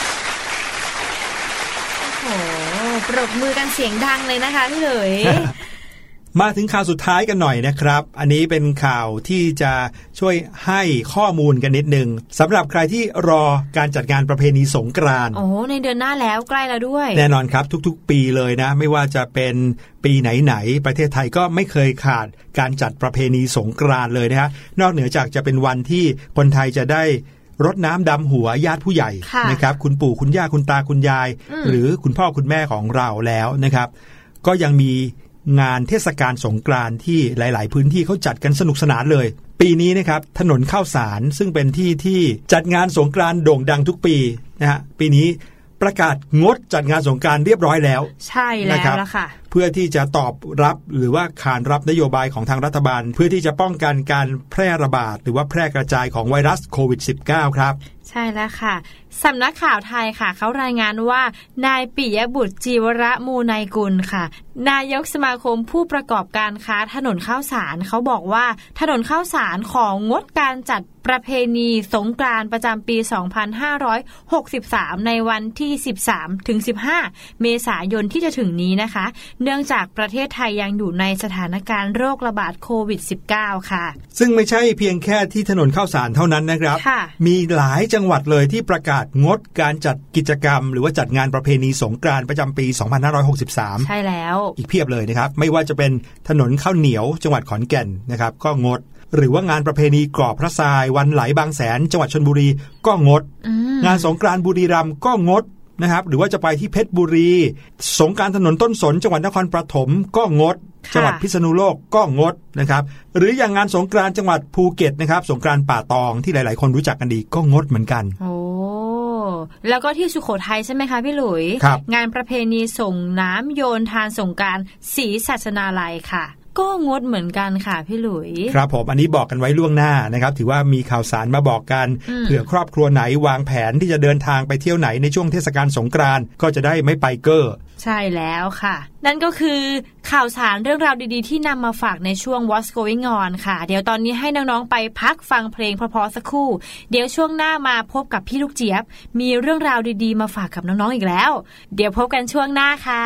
โอ้โหปรบมือกันเสียงดังเลยนะคะพี่เลยมาถึงข่าวสุดท้ายกันหน่อยนะครับอันนี้เป็นข่าวที่จะช่วยให้ข้อมูลกันนิดนึงสำหรับใครที่รอการจัดงานประเพณีสงกรานต์โอ้ในเดือนหน้าแล้วใกล้แล้วด้วยแน่นอนครับทุกๆปีเลยนะไม่ว่าจะเป็นปีไหนๆประเทศไทยก็ไม่เคยขาดการจัดประเพณีสงกรานต์เลยนะฮะนอกเหนือจากจะเป็นวันที่คนไทยจะได้รดน้ำดำหัวญาติผู้ใหญ่นะครับคุณปู่คุณย่าคุณตาคุณยายหรือคุณพ่อคุณแม่ของเราแล้วนะครับก็ยังมีงานเทศกาลสงกรานต์ที่หลายๆพื้นที่เขาจัดกันสนุกสนานเลยปีนี้นะครับถนนข้าวสารซึ่งเป็นที่ที่จัดงานสงกรานต์โด่งดังทุกปีนะฮะปีนี้ประกาศงดจัดงานสงกรานต์เรียบร้อยแล้วใช่แล้วล่ะค่ะเพื่อที่จะตอบรับหรือว่าขานรับนโยบายของทางรัฐบาลเพื่อที่จะป้องกันการแพร่ระบาดหรือว่าแพร่กระจายของไวรัสโควิด สิบเก้า ครับใช่แล้วค่ะสำนักข่าวไทยค่ะเขารายงานว่านายปิยบุตรจีวระมูไนกุลค่ะนายกสมาคมผู้ประกอบการค้าถนนข้าวสารเขาบอกว่าถนนข้าวสารของงดการจัดประเพณีสงกรานต์ประจำปีสองพันห้าร้อยหกสิบสามในวันที่สิบสามถึงสิบห้าเมษายนที่จะถึงนี้นะคะเนื่องจากประเทศไทยยังอยู่ในสถานการณ์โรคระบาดโควิด สิบเก้า ค่ะซึ่งไม่ใช่เพียงแค่ที่ถนนข้าวสารเท่านั้นนะครับมีหลายจังหวัดเลยที่ประกาศงดการจัดกิจกรรมหรือว่าจัดงานประเพณีสงกรานต์ประจำปีสองพันห้าร้อยหกสิบสามใช่แล้วอีกเพียบเลยนะครับไม่ว่าจะเป็นถนนข้าวเหนียวจังหวัดขอนแก่นนะครับก็งดหรือว่างานประเพณีกรอบพระทรายวันไหลบางแสนจังหวัดชลบุรีก็งดงานสงกรานต์บุรีรัมย์ก็งดนะครับหรือว่าจะไปที่เพชรบุรีสงกรานต์ถนนต้นสนจังหวัดนครปฐมก็งดจังหวัดพิษณุโลกก็งดนะครับหรืออย่างงานสงกรานต์จังหวัดภูเก็ตนะครับสงกรานต์ป่าตองที่หลายๆคนรู้จักกันดีก็งดเหมือนกันโอ้แล้วก็ที่สุโขทัยใช่ไหมคะพี่หลุยงานประเพณีส่งน้ำโยนทานสงกรานต์ศรีศาสนาลัยค่ะก็งดเหมือนกันค่ะพี่หลุยครับผมอันนี้บอกกันไว้ล่วงหน้านะครับถือว่ามีข่าวสารมาบอกกันเผื่อครอบครัวไหนวางแผนที่จะเดินทางไปเที่ยวไหนในช่วงเทศกาลสงกรานต์ก็จะได้ไม่ไปเก้อใช่แล้วค่ะนั่นก็คือข่าวสารเรื่องราวดีๆที่นำมาฝากในช่วง What's Going On ค่ะเดี๋ยวตอนนี้ให้น้องๆไปพักฟังเพลงเพราะๆสักครู่เดี๋ยวช่วงหน้ามาพบกับพี่ลูกเจี๊ยบมีเรื่องราวดีๆมาฝากกับน้องๆอีกแล้วเดี๋ยวพบกันช่วงหน้าค่ะ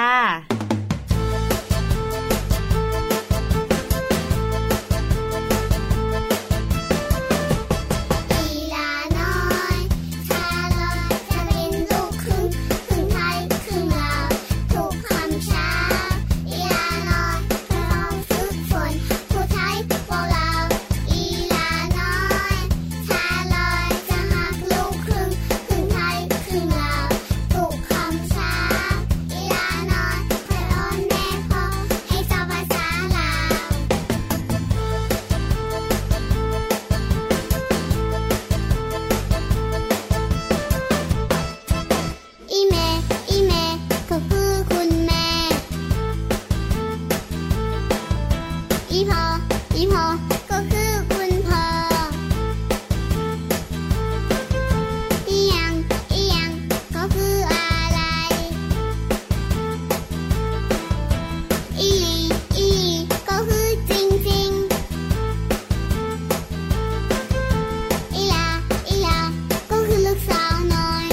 คำช้าอีพออีพอก็คือคุณพ่ออีหยังอีหยังก็คืออะไรอีหลีอีหลีก็คือจริงจริงอีลาอีลาก็คือลูกสาวน้อย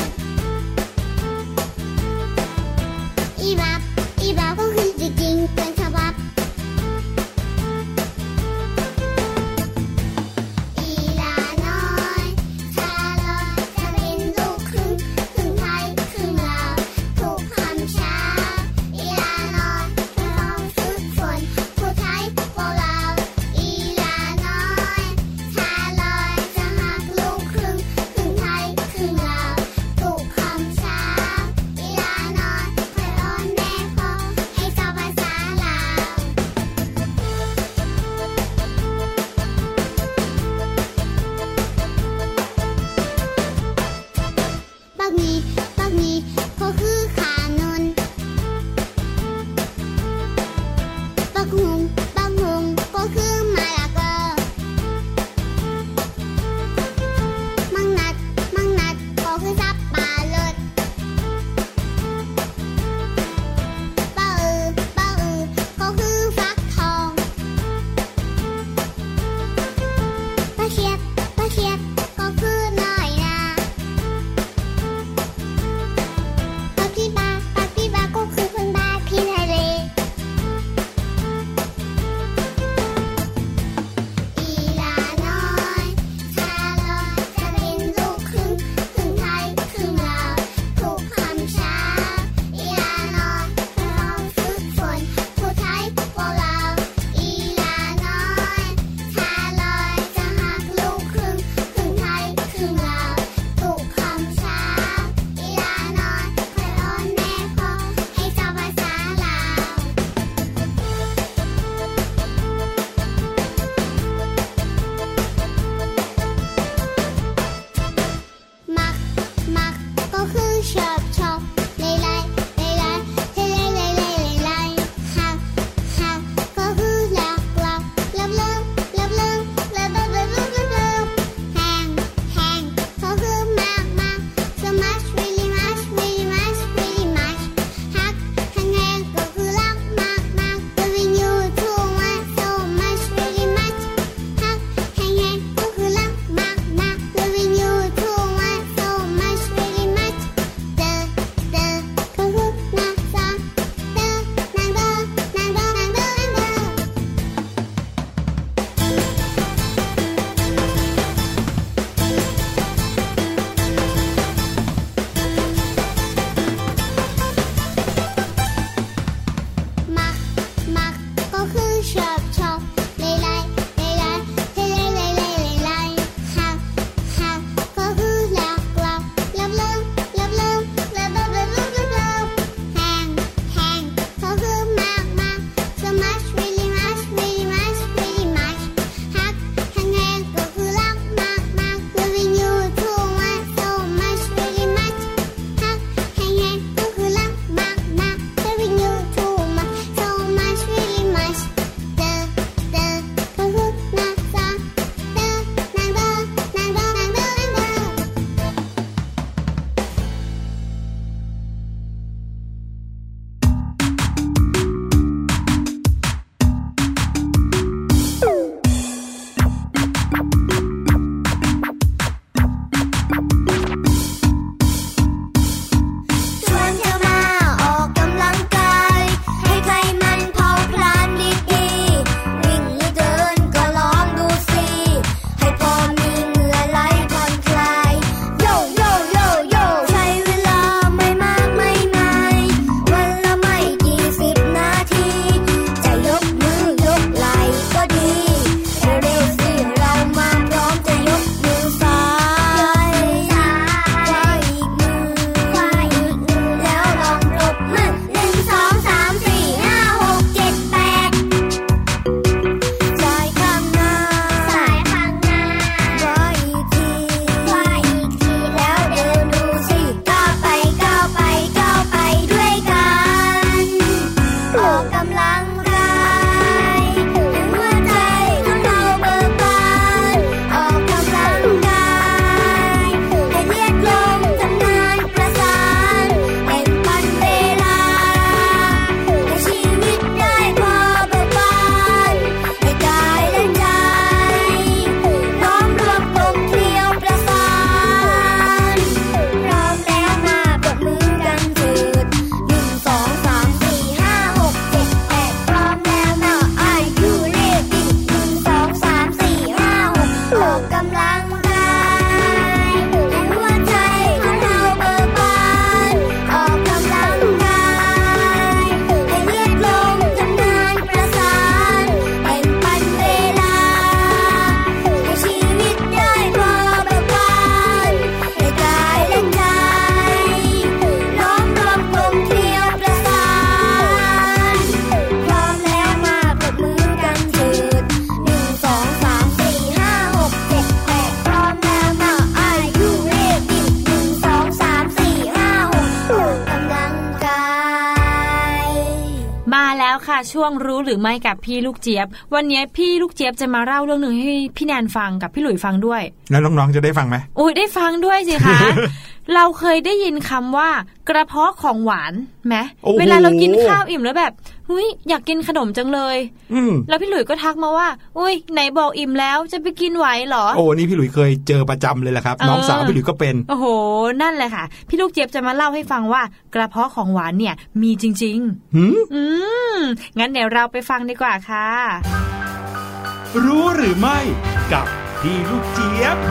อีบับอีบับก็คือจริงจริงเป็นฉบับช่วงรู้หรือไม่กับพี่ลูกเจี๊ยบวันนี้พี่ลูกเจี๊ยบจะมาเล่าเรื่องนึงให้พี่แนนฟังกับพี่หลุยฟังด้วยแล้วน้องๆจะได้ฟังไหมอุ้ยได้ฟังด้วยสิคะ เราเคยได้ยินคำว่ากระเพาะของหวานไหมเวลาเรากินข้าวอิ่มแล้วแบบอุ้ยอยากกินขนมจังเลยแล้วพี่หลุยก็ทักมาว่าอุ้ยไหนบอกอิ่มแล้วจะไปกินไหวเหรอโอ้นี่พี่หลุยเคยเจอประจำเลยแหละครับน้องสาวพี่หลุยก็เป็นโอ้โหนั่นแหละค่ะพี่ลูกเจี๊ยบจะมาเล่าให้ฟังว่ากระเพาะของหวานเนี่ยมีจริงๆหืมอืมงั้นเดี๋ยวเราไปฟังดีกว่าค่ะรู้หรือไม่กับพี่ลูกเจี๊ยบ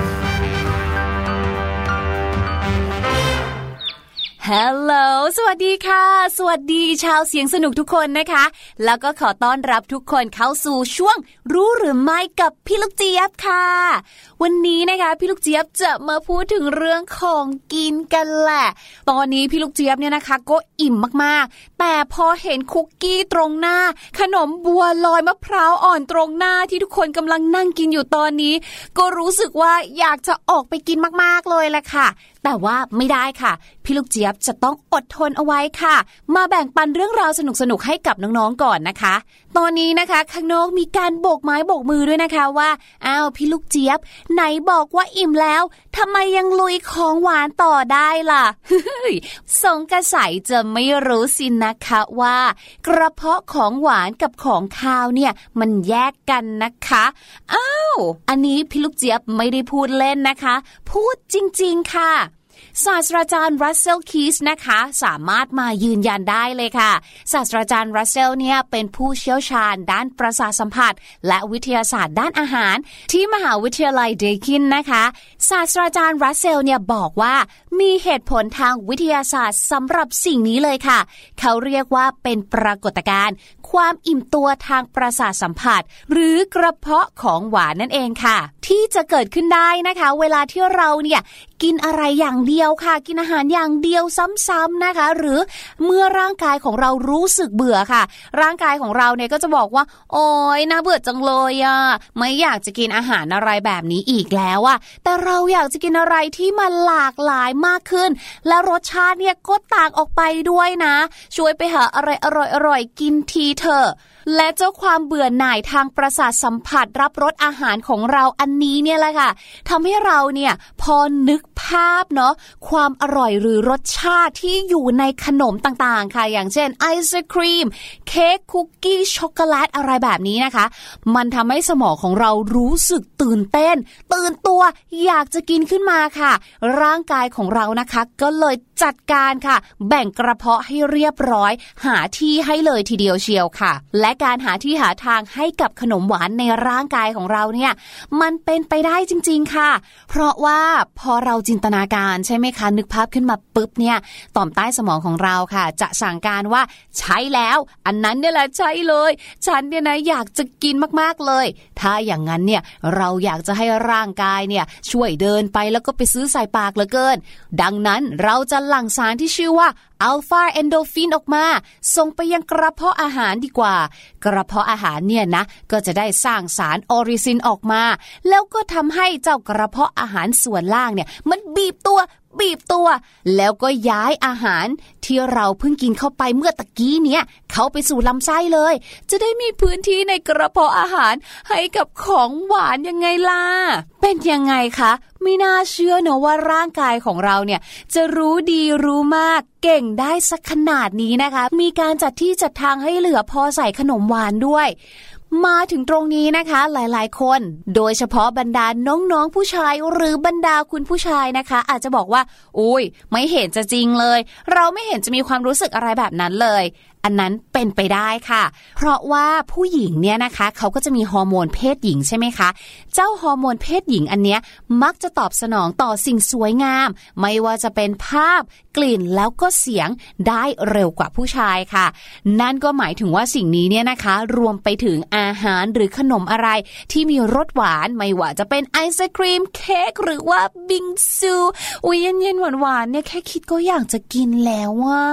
ฮัลโหลสวัสดีค่ะสวัสดีชาวเสียงสนุกทุกคนนะคะแล้วก็ขอต้อนรับทุกคนเข้าสู่ช่วงรู้หรือไม่กับพี่ลูกเจี๊ยบค่ะวันนี้นะคะพี่ลูกเจี๊ยบจะมาพูดถึงเรื่องของกินกันแหละตอนนี้พี่ลูกเจี๊ยบเนี่ยนะคะก็อิ่มมากๆแต่พอเห็นคุกกี้ตรงหน้าขนมบัวลอยมะพร้าวอ่อนตรงหน้าที่ทุกคนกำลังนั่งกินอยู่ตอนนี้ก็รู้สึกว่าอยากจะออกไปกินมากๆเลยแหละค่ะแต่ว่าไม่ได้ค่ะพี่ลูกเจี๊ยบจะต้องอดทนเอาไว้ค่ะมาแบ่งปันเรื่องราวสนุกๆให้กับน้องๆก่อนนะคะตอนนี้นะคะข้างนอกมีการโบกไม้โบกมือด้วยนะคะว่าอ้าวพี่ลูกเจี๊ยบไหนบอกว่าอิ่มแล้วทำไมยังลุยของหวานต่อได้ล่ะ สงสัยจะไม่รู้สินะคะว่ากระเพาะของหวานกับของคาวเนี่ยมันแยกกันนะคะอ้าวอันนี้พี่ลูกเจี๊ยบไม่ได้พูดเล่นนะคะพูดจริงๆค่ะศาสตราจารย์รัสเซลคีสนะคะสามารถมายืนยันได้เลยค่ะศาสตราจารย์รัสเซลเนี่ยเป็นผู้เชี่ยวชาญด้านประสาทสัมผัสและวิทยาศาสตร์ด้านอาหารที่มหาวิทยาลัยเดคินนะคะศาสตราจารย์รัสเซลเนี่ยบอกว่ามีเหตุผลทางวิทยาศาสตร์สำหรับสิ่งนี้เลยค่ะเขาเรียกว่าเป็นปรากฏการณ์ความอิ่มตัวทางประสาทสัมผัสหรือกระเพาะของหวานนั่นเองค่ะที่จะเกิดขึ้นได้นะคะเวลาที่เราเนี่ยกินอะไรอย่างเดียวค่ะกินอาหารอย่างเดียวซ้ำๆนะคะหรือเมื่อร่างกายของเรารู้สึกเบื่อค่ะร่างกายของเราเนี่ยก็จะบอกว่าโอ๊ยน่าเบื่อจังเลยอ่ะไม่อยากจะกินอาหารอะไรแบบนี้อีกแล้วอ่ะแต่เราอยากจะกินอะไรที่มันหลากหลายมากขึ้นและรสชาติเนี่ยก็ต่างออกไปด้วยนะช่วยไปหาอะไรอร่อยๆกินทีเถอะและเจ้าความเบื่อหน่ายทางประสาทสัมผัสรับรสอาหารของเราอันนี้เนี่ยแหละค่ะทำให้เราเนี่ยพอนึกภาพเนาะความอร่อยหรือรสชาติที่อยู่ในขนมต่างๆค่ะอย่างเช่นไอศครีมเค้กคุกกี้ช็อกโกแลตอะไรแบบนี้นะคะมันทำให้สมองของเรารู้สึกตื่นเต้นตื่นตัวอยากจะกินขึ้นมาค่ะร่างกายของเรานะคะก็เลยจัดการค่ะแบ่งกระเพาะให้เรียบร้อยหาที่ให้เลยทีเดียวเชียวค่ะและการหาที่หาทางให้กับขนมหวานในร่างกายของเราเนี่ยมันเป็นไปได้จริงๆค่ะเพราะว่าพอเราจินตนาการใช่ไหมคะนึกภาพขึ้นมาปุ๊บเนี่ยต่อมใต้สมองของเราค่ะจะสั่งการว่าใช่แล้วอันนั้นเนี่ยแหละใช่เลยฉันเนี่ยนะอยากจะกินมากๆเลยถ้าอย่างนั้นเนี่ยเราอยากจะให้ร่างกายเนี่ยช่วยเดินไปแล้วก็ไปซื้อใส่ปากเหลือเกินดังนั้นเราจะหลั่งสารที่ชื่อว่าอัลฟาเอนโดฟินออกมาส่งไปยังกระเพาะอาหารดีกว่ากระเพาะอาหารเนี่ยนะก็จะได้สร้างสารออริซินออกมาแล้วก็ทำให้เจ้ากระเพาะอาหารส่วนล่างเนี่ยมันบีบตัวบีบตัวแล้วก็ย้ายอาหารที่เราเพิ่งกินเข้าไปเมื่อตะกี้เนี่ยเข้าไปสู่ลำไส้เลยจะได้มีพื้นที่ในกระเพาะอาหารให้กับของหวานยังไงล่ะเป็นยังไงคะไม่น่าเชื่อเนอะว่าร่างกายของเราเนี่ยจะรู้ดีรู้มากเก่งได้สักขนาดนี้นะคะมีการจัดที่จัดทางให้เหลือพอใส่ขนมหวานด้วยมาถึงตรงนี้นะคะหลายๆคนโดยเฉพาะบรรดาน้องๆผู้ชายหรือบรรดาคุณผู้ชายนะคะอาจจะบอกว่าอุ้ยไม่เห็นจะจริงเลยเราไม่เห็นจะมีความรู้สึกอะไรแบบนั้นเลยอันนั้นเป็นไปได้ค่ะเพราะว่าผู้หญิงเนี่ยนะคะเขาก็จะมีฮอร์โมนเพศหญิงใช่ไหมคะเจ้าฮอร์โมนเพศหญิงอันเนี้ยมักจะตอบสนองต่อสิ่งสวยงามไม่ว่าจะเป็นภาพกลิ่นแล้วก็เสียงได้เร็วกว่าผู้ชายค่ะนั่นก็หมายถึงว่าสิ่งนี้เนี่ยนะคะรวมไปถึงอาหารหรือขนมอะไรที่มีรสหวานไม่ว่าจะเป็นไอศครีมเค้กหรือว่าบิงซูอุ้ยเย็นๆหวานๆเนี่ยแค่คิดก็อยากจะกินแล้วว่า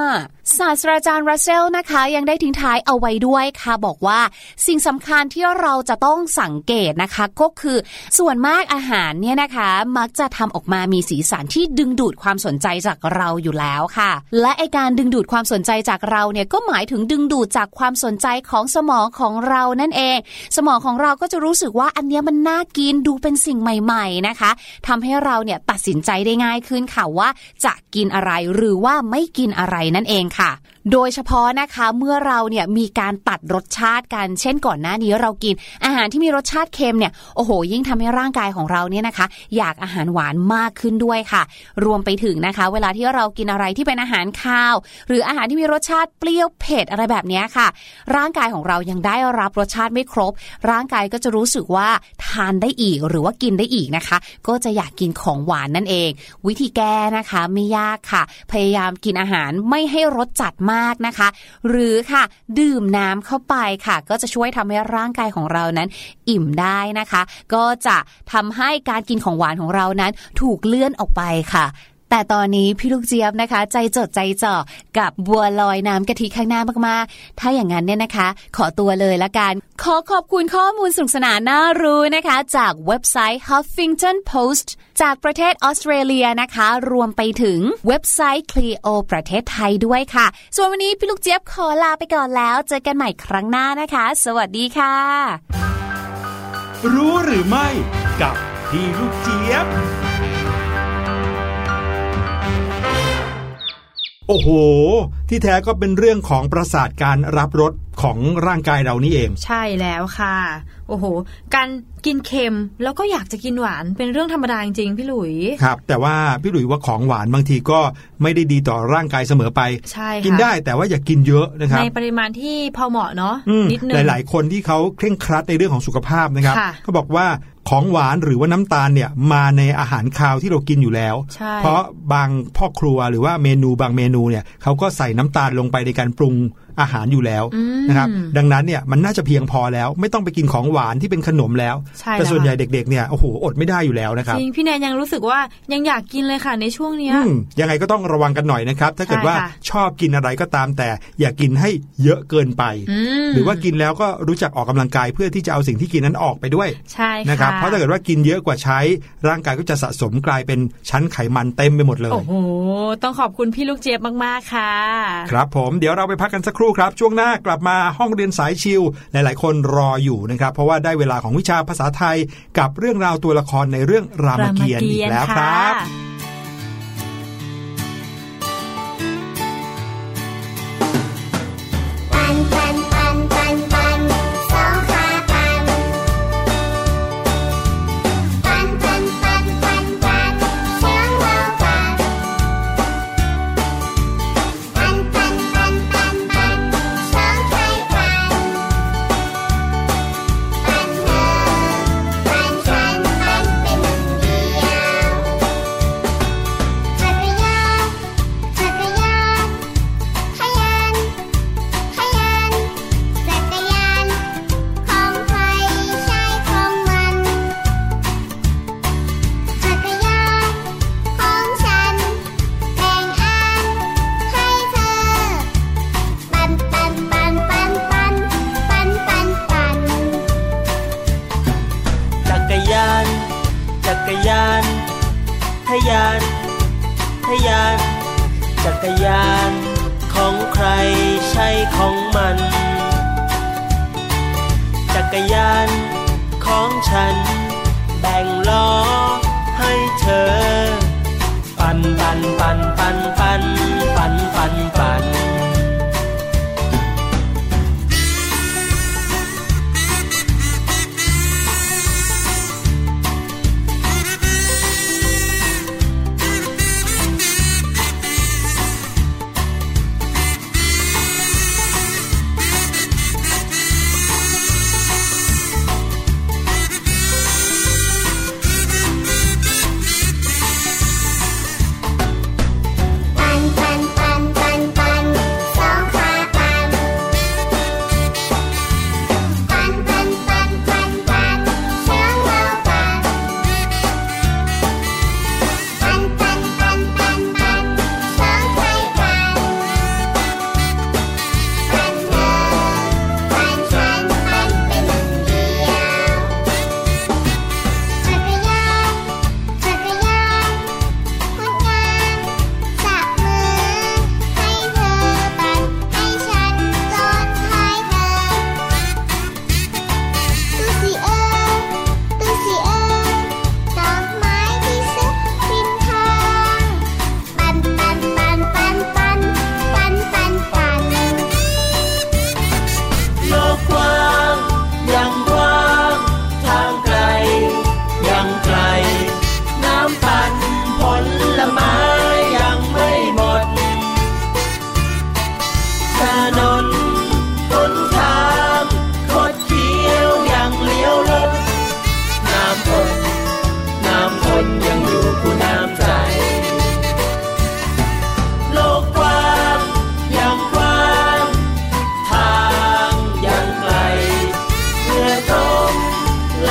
ศาสตราจารย์รัสเซลนะคะยังได้ทิ้งท้ายเอาไว้ด้วยค่ะบอกว่าสิ่งสำคัญที่เราจะต้องสังเกตนะคะก็คือส่วนมากอาหารเนี่ยนะคะมักจะทำออกมามีสีสันที่ดึงดูดความสนใจจากเราอยู่แล้วค่ะและไอการดึงดูดความสนใจจากเราเนี่ยก็หมายถึงดึงดูดจากความสนใจของสมองของเรานั่นเองสมองของเราก็จะรู้สึกว่าอันเนี้ยมันน่ากินดูเป็นสิ่งใหม่ๆนะคะทำให้เราเนี่ยตัดสินใจได้ง่ายขึ้นค่ะว่าจะกินอะไรหรือว่าไม่กินอะไรนั่นเองค่ะโดยเฉพาะนะคะเมื่อเราเนี่ยมีการตัดรสชาติกันเช่นก่อนหน้านี้เรากินอาหารที่มีรสชาติเค็มเนี่ยโอ้โหยิ่งทำให้ร่างกายของเราเนี่ยนะคะอยากอาหารหวานมากขึ้นด้วยค่ะรวมไปถึงนะคะเวลาที่เรากินอะไรที่เป็นอาหารคาวหรืออาหารที่มีรสชาติเปรี้ยวเผ็ดอะไรแบบนี้ค่ะร่างกายของเรายังได้รับรสชาติไม่ครบร่างกายก็จะรู้สึกว่าทานได้อีกหรือว่ากินได้อีกนะคะก็จะอยากกินของหวานนั่นเองวิธีแก้นะคะไม่ยากค่ะพยายามกินอาหารไม่ให้รสจัดมากนะคะหรือค่ะดื่มน้ำเข้าไปค่ะก็จะช่วยทำให้ร่างกายของเรานั้นอิ่มได้นะคะก็จะทำให้การกินของหวานของเรานั้นถูกเลื่อนออกไปค่ะแต่ตอนนี้พี่ลูกเจี๊ยบนะคะใจจดใจจ่อกับบัวลอยน้ำกะทิข้างหน้ามากๆถ้าอย่างนั้นเนี่ยนะคะขอตัวเลยละกันขอขอบคุณข้อมูลสนุกสนานน่ารู้นะคะจากเว็บไซต์ Huffington Post จากประเทศออสเตรเลียนะคะรวมไปถึงเว็บไซต์ Clio ประเทศไทยด้วยค่ะส่วนวันนี้พี่ลูกเจี๊ยบขอลาไปก่อนแล้วเจอกันใหม่ครั้งหน้านะคะสวัสดีค่ะรู้หรือไม่กับพี่ลูกเจี๊ยบโอ้โหที่แท้ก็เป็นเรื่องของประสาทการรับรสของร่างกายเรานี่เองใช่แล้วค่ะโอ้โหการกินเค็มแล้วก็อยากจะกินหวานเป็นเรื่องธรรมดาจริงๆพี่หลุยครับแต่ว่าพี่หลุยว่าของหวานบางทีก็ไม่ได้ดีต่อร่างกายเสมอไปใช่กินได้แต่ว่าอย่ากินเยอะนะครับในปริมาณที่พอเหมาะเนาะนิดนึงหลายๆคนที่เขาเคร่งครัดในเรื่องของสุขภาพนะครับเขาบอกว่าของหวานหรือว่าน้ำตาลเนี่ยมาในอาหารคาวที่เรากินอยู่แล้วเพราะบางพ่อครัวหรือว่าเมนูบางเมนูเนี่ยเขาก็ใส่น้ำตาลลงไปในการปรุงอาหารอยู่แล้วนะครับดังนั้นเนี่ยมันน่าจะเพียงพอแล้วไม่ต้องไปกินของหวานที่เป็นขนมแล้วแต่ส่วนใหญ่เด็กๆเนี่ยโอ้โหอดไม่ได้อยู่แล้วนะครับจริงพี่แนนยังรู้สึกว่ายังอยากกินเลยค่ะในช่วงนี้ยังไงก็ต้องระวังกันหน่อยนะครับถ้าเกิดว่าชอบกินอะไรก็ตามแต่อย่ากินให้เยอะเกินไปหรือว่ากินแล้วก็รู้จักออกกำลังกายเพื่อที่จะเอาสิ่งที่กินนั้นออกไปด้วยใช่นะครับเพราะถ้าเกิดว่ากินเยอะกว่าใช้ร่างกายก็จะสะสมกลายเป็นชั้นไขมันเต็มไปหมดเลยโอ้โหต้องขอบคุณพี่ลูกเจี๊ยบมากๆค่ะครับผมเดี๋ยวเราไปพักกันสักครู่ครับช่วงหน้ากลับมาห้องเรียนสายชิลหลายๆคนรออยู่นะครับเพราะว่าได้เวลาของวิชาภาษาไทยกับเรื่องราวตัวละครในเรื่องรามเกียรติ์อีกแล้วครับปันปันปันปันปันสองขาปันปันปันปันปันปันเสียงเราปันปันปันปันปันปันสองไทยปันปันเธอปันฉันปันเป็นหนึ่งเดียวจักรยานจักรยานขยันขยันจักรยานของใครใช้ของมันจักรยานของฉันแบ่งอันให้เธอปันปันปันปันปันปันปันปันจักรยานจักรยานทะยานทะยานจักรยานของใครใช้ของมันจักรยานของฉันแบ่งล้อให้เธอปันปันปันปันปันปันปันปัน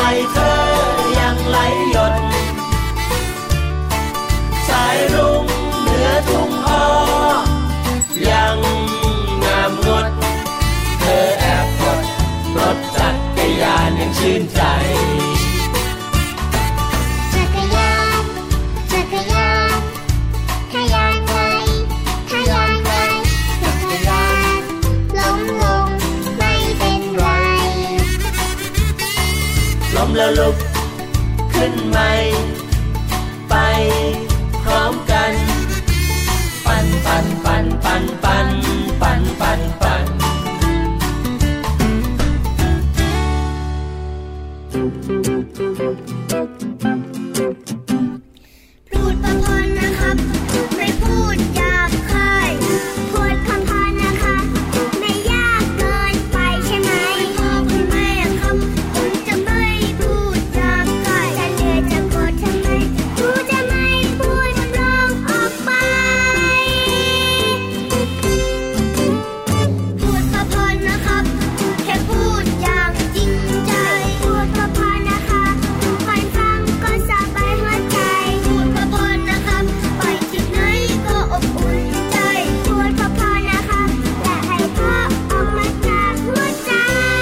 เธอยังไหลหยดสายรุ้งเหนือทุ่งอ้อยังงามงดเธอแอบกดรถจักรยานยังชื่นใจจักรยานจักรยานทะยานไกลทะยานไกลจักรยานล้มลงไม่เป็นไรล้มแล้วลุกขึ้นใหม่ไปพร้อมกันปั่นปั่นปั่นปั่นปั่นปั่นปั่นปั่นพูดพอๆนะครับไม่พูดหยาบคายพูดพอๆนะคะไม่ยากเกินไปใช่ไหมพ่อคุณแม่ครับผมจะไม่พูดหยาบคายจะเดือดจะโกรธทำไมกูจะไม่พูดร้องออกไปพูดพอๆนะครับแค่พูดอย่างจริงใจพูดพอๆนะคะใครฟังก็สบายหัวใจพูดพอๆนะคะไปที่ไหนก็อบอุ่นใจพูดพอๆนะคะและให้พ่อออกมาจากหัวใจ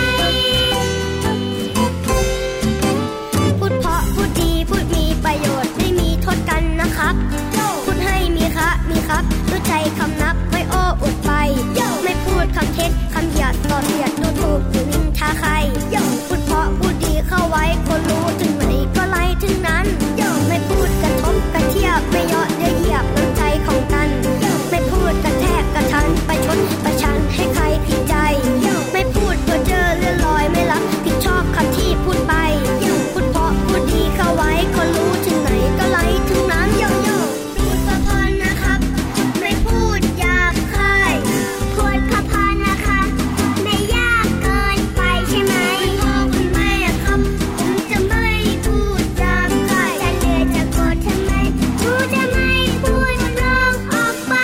พูดเพราะพูดดีพูดมีประโยชน์ไม่มีโทษกันนะครับพูดให้มีคะมีครับรู้ใจคำนับไม่โอ้อวดไปไม่พูดคำเท็จคำหยาดต่อเสียดดูถูกหรือนินทาใครพูดเพราะพูดดีเข้าไว้คนรู้ถึงไหนก็ไล่ถึงนั้นไม่พูดกระทบกระเทียบไม่เยาะเย้ยเหยียบน้ำใจของกันไม่พูดกระแทกกระทันไปชนประชันให้ใครผิดใจไม่พูดเพ้อเจ้อเลื่อนลอยไม่รับผิดชอบคำที่พูดไปพูดเพราะพูดดีเข้าไว้คนรู้ถึงไหนก็ไล่ถึงนั้นพูดพอๆนะครับไม่พูดหยาบคายพูดพอๆนะคะไม่ยากเกินไปใช่ไหมพ่อคุณแม่ครับผมจะไม่พูดหยาบคายจะเดือดจะโกรธทำไมกูจะไม่พูดร้องออกไป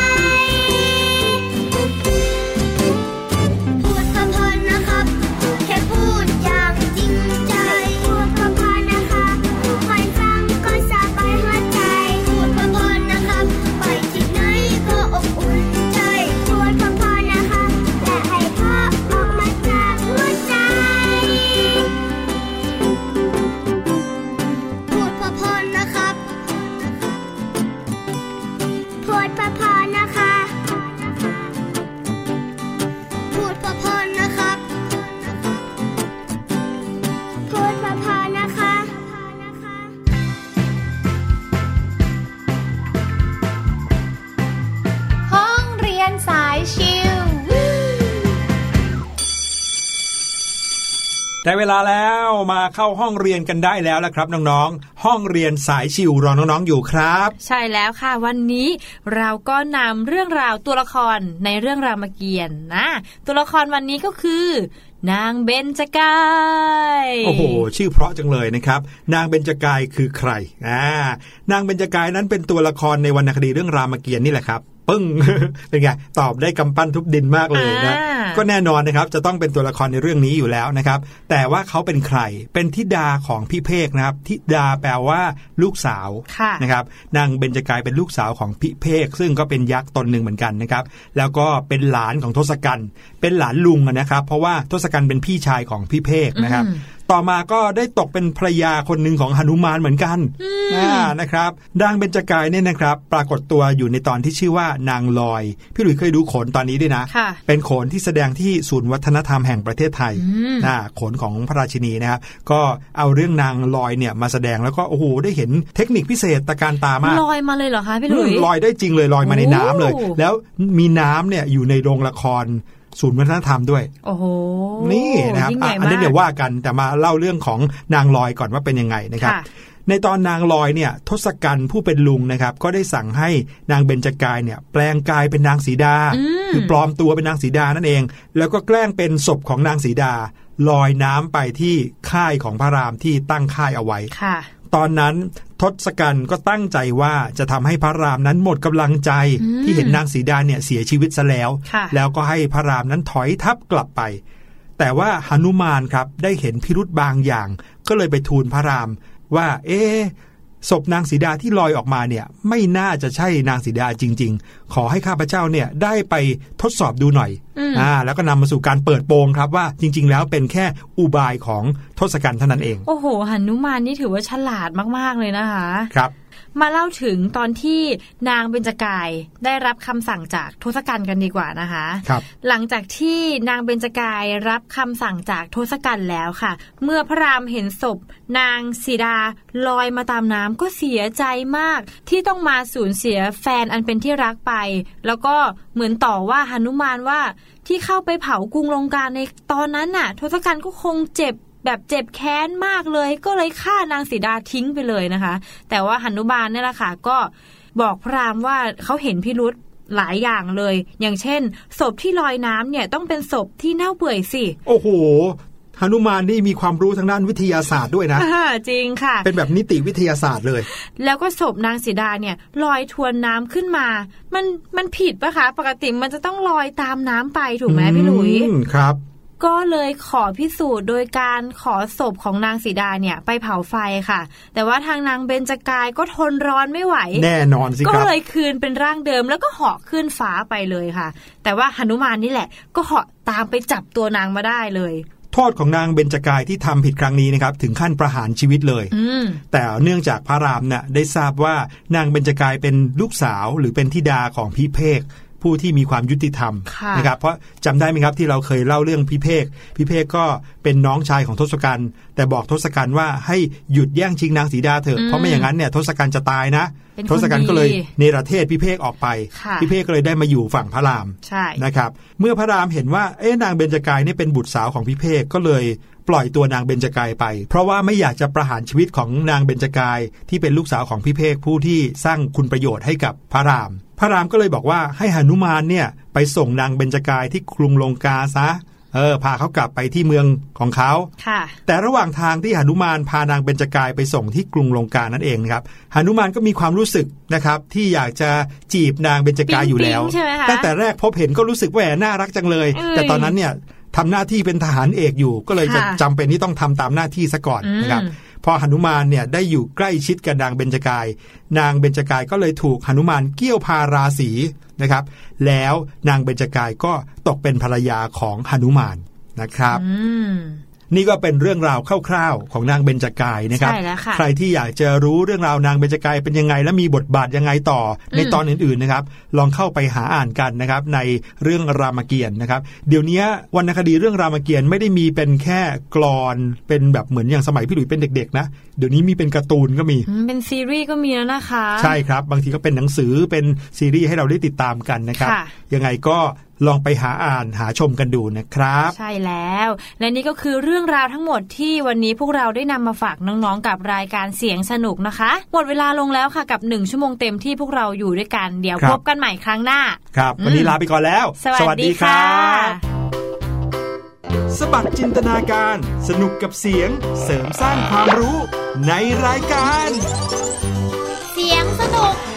พูดพอๆนะครับแค่พูดอย่างจริงใจพูดพอๆนะคะใครฟังก็สบายหัวใจพูดพอๆนะครับไปที่ไหนก็อบอุ่นใจพูดพอๆนะคะและให้พ่อออกมาจากหัวใจพูดพอๆนะครับพูดพอๆนะคะพูดพอๆนะครับพูดพอๆนะคะห้องเรียนสายชิลได้เวลาแล้วมาเข้าห้องเรียนกันได้แล้วละครับน้องๆห้องเรียนสายชิวรอน้องๆอยู่ครับใช่แล้วค่ะวันนี้เราก็นำเรื่องราวตัวละครในเรื่องรามเกียรติ์นะตัวละครวันนี้ก็คือนางเบญจกายโอ้โหชื่อเพราะจังเลยนะครับนางเบญจกายคือใครอ่านางเบญจกายนั้นเป็นตัวละครในวรรณคดีเรื่องรามเกียรติ์นี่แหละครับปึ้ง เป็นไงตอบได้กำปั้นทุบดินมากเลยนะก็แน่นอนนะครับจะต้องเป็นตัวละครในเรื่องนี้อยู่แล้วนะครับแต่ว่าเขาเป็นใครเป็นธิดาของพี่เพกนะครับธิดาแปลว่าลูกสาวนะครับนางเบญจกายเป็นลูกสาวของพี่เพกซึ่งก็เป็นยักษ์ตนหนึ่งเหมือนกันนะครับแล้วก็เป็นหลานของทศกัณฐ์เป็นหลานลุงนะครับเพราะว่าทศกัณฐ์เป็นพี่ชายของพี่เพกนะครับต่อมาก็ได้ตกเป็นภรรยาคนหนึ่งของหนุมานเหมือนกันนะครับนางเบญจกายเนี่ยนะครับปรากฏตัวอยู่ในตอนที่ชื่อว่านางลอยพี่หลุยเคยดูโขนตอนนี้ด้วยนะเป็นโขนที่แสดงที่ศูนย์วัฒนธรรมแห่งประเทศไทยนะโขนของพระราชินีนะครับก็เอาเรื่องนางลอยเนี่ยมาแสดงแล้วก็โอ้โหได้เห็นเทคนิคพิเศษตะการตามากลอยมาเลยเหรอคะพี่หลุยลอยได้จริงเลยลอยมาในน้ำเลยแล้วมีน้ำเนี่ยอยู่ในโรงละครศูนย์วัฒนธรรมด้วยโอ้โหนี่นะครับอันนี้เดี๋ยวว่ากันแต่มาเล่าเรื่องของนางลอยก่อนว่าเป็นยังไงนะครับในตอนนางลอยเนี่ยทศกัณฐ์ผู้เป็นลุงนะครับก็ได้สั่งให้นางเบญจกายเนี่ยแปลงกายเป็นนางสีดาคือปลอมตัวเป็นนางสีดานั่นเองแล้วก็แกล้งเป็นศพของนางสีดาลอยน้ำไปที่ค่ายของพระรามที่ตั้งค่ายเอาไว้ตอนนั้นทศกัณฐ์ก็ตั้งใจว่าจะทำให้พระรามนั้นหมดกำลังใจที่เห็นนางสีดาเนี่ยเสียชีวิตซะแล้วแล้วก็ให้พระรามนั้นถอยทัพกลับไปแต่ว่าหนุมานครับได้เห็นพิรุธบางอย่างก็เลยไปทูลพระรามว่าเอ๊ะศพนางสีดาที่ลอยออกมาเนี่ยไม่น่าจะใช่นางสีดาจริงๆขอให้ข้าพเจ้าเนี่ยได้ไปทดสอบดูหน่อยอ่าแล้วก็นำมาสู่การเปิดโปงครับว่าจริงๆแล้วเป็นแค่อุบายของทศกัณฐ์เท่านั้นเองโอ้โหหนุมานนี่ถือว่าฉลาดมากๆเลยนะคะครับมาเล่าถึงตอนที่นางเบญจกายได้รับคำสั่งจากทศกัณฐ์กันดีกว่านะคะครับหลังจากที่นางเบญจกายรับคำสั่งจากทศกัณฐ์แล้วค่ะเมื่อพระรามเห็นศพนางสีดาลอยมาตามน้ำก็เสียใจมากที่ต้องมาสูญเสียแฟนอันเป็นที่รักไปแล้วก็เหมือนต่อว่าหนุมานว่าที่เข้าไปเผากรุงลงกาในตอนนั้นน่ะทศกัณฐ์ก็คงเจ็บแบบเจ็บแค้นมากเลยก็เลยฆ่านางสีดาทิ้งไปเลยนะคะแต่ว่าหนุมานเนี่ยแหละค่ะก็บอกพระรามว่าเขาเห็นพิรุธหลายอย่างเลยอย่างเช่นศพที่ลอยน้ำเนี่ยต้องเป็นศพที่เน่าเปื่อยสิโอ้โหหนุมานนี่มีความรู้ทางด้านวิทยาศาสตร์ด้วยนะจริงค่ะเป็นแบบนิติวิทยาศาสตร์เลยแล้วก็ศพนางสีดาเนี่ยลอยทวนน้ำขึ้นมามันมันผิดปะคะปกติมันจะต้องลอยตามน้ำไปถูกไหมพี่หลุยครับก็เลยขอพิสูจน์โดยการขอศพของนางสีดาเนี่ยไปเผาไฟค่ะแต่ว่าทางนางเบญจกายก็ทนร้อนไม่ไหวแน่นอนสิครับก็เลยคืนเป็นร่างเดิมแล้วก็เหาะขึ้นฟ้าไปเลยค่ะแต่ว่าหนุมานนี่แหละก็เหาะตามไปจับตัวนางมาได้เลยโทษของนางเบญจกายที่ทำผิดครั้งนี้นะครับถึงขั้นประหารชีวิตเลยแต่เนื่องจากพระรามเนี่ยได้ทราบว่านางเบญจกายเป็นลูกสาวหรือเป็นธิดาของพิเภกผู้ที่มีความยุติธรรมนะครับเพราะจำได้ไหมครับที่เราเคยเล่าเรื่องพิเภกพิเภกก็เป็นน้องชายของทศกัณฐ์แต่บอกทศกัณฐ์ว่าให้หยุดแย่งชิงนางสีดาเถอะเพราะไม่อย่างนั้นเนี่ยทศกัณฐ์จะตายนะทศกัณฐ์ก็เลยเนรเทศพิเภกออกไปพิเภกก็เลยได้มาอยู่ฝั่งพระรามนะครับเมื่อพระรามเห็นว่าเอ๊ะนางเบญจกายนี่เป็นบุตรสาวของพิเภกก็เลยปล่อยตัวนางเบญจกายไปเพราะว่าไม่อยากจะประหารชีวิตของนางเบญจกายที่เป็นลูกสาวของพิเภกผู้ที่สร้างคุณประโยชน์ให้กับพระรามพระรามก็เลยบอกว่าให้หนุมานเนี่ยไปส่งนางเบญจกายที่กรุงลงกาซะเออพาเขากลับไปที่เมืองของเขาแต่ระหว่างทางที่หนุมานพานางเบญจกายไปส่งที่กรุงลงกานั่นเองนะครับหนุมานก็มีความรู้สึกนะครับที่อยากจะจีบนางเบญจกายอยู่แล้วตั้งแต่แรกพบเห็นก็รู้สึกว่าน่ารักจังเลยแต่ตอนนั้นเนี่ยทำหน้าที่เป็นทหารเอกอยู่ก็เลยจะจำเป็นที่ต้องทำตามหน้าที่ซะก่อนนะครับพอหนุมานเนี่ยได้อยู่ใกล้ชิดกับนางเบญจกายนางเบญจกายก็เลยถูกหนุมานเกี่ยวพาราศีนะครับแล้วนางเบญจกายก็ตกเป็นภรรยาของหนุมานนะครับนี่ก็เป็นเรื่องราวคร่าวๆของนางเบญจกายนะครับใครที่อยากจะรู้เรื่องราวนางเบญจกายเป็นยังไงและมีบทบาทยังไงต่อในตอนอื่นๆนะครับลองเข้าไปหาอ่านกันนะครับในเรื่องรามเกียรติ์นะครับเดี๋ยวนี้วรรณคดีเรื่องรามเกียรติ์ไม่ได้มีเป็นแค่กลอนเป็นแบบเหมือนอย่างสมัยพี่หลุยเป็นเด็กๆนะเดี๋ยวนี้มีเป็นการ์ตูนก็มีเป็นซีรีส์ก็มีแล้วนะคะใช่ครับบางทีก็เป็นหนังสือเป็นซีรีส์ให้เราได้ติดตามกันนะครับยังไงก็ลองไปหาอ่านหาชมกันดูนะครับใช่แล้วและนี่ก็คือเรื่องราวทั้งหมดที่วันนี้พวกเราได้นำมาฝากน้องๆกับรายการเสียงสนุกนะคะหมดเวลาลงแล้วค่ะกับหนึ่งชั่วโมงเต็มที่พวกเราอยู่ด้วยกันเดี๋ยวพบกันใหม่ครั้งหน้าครับวันนี้ลาไปก่อนแล้วสวัสดีค่ะสบัดจินตนาการสนุกกับเสียงเสริมสร้างความรู้ในรายการเสียงสนุก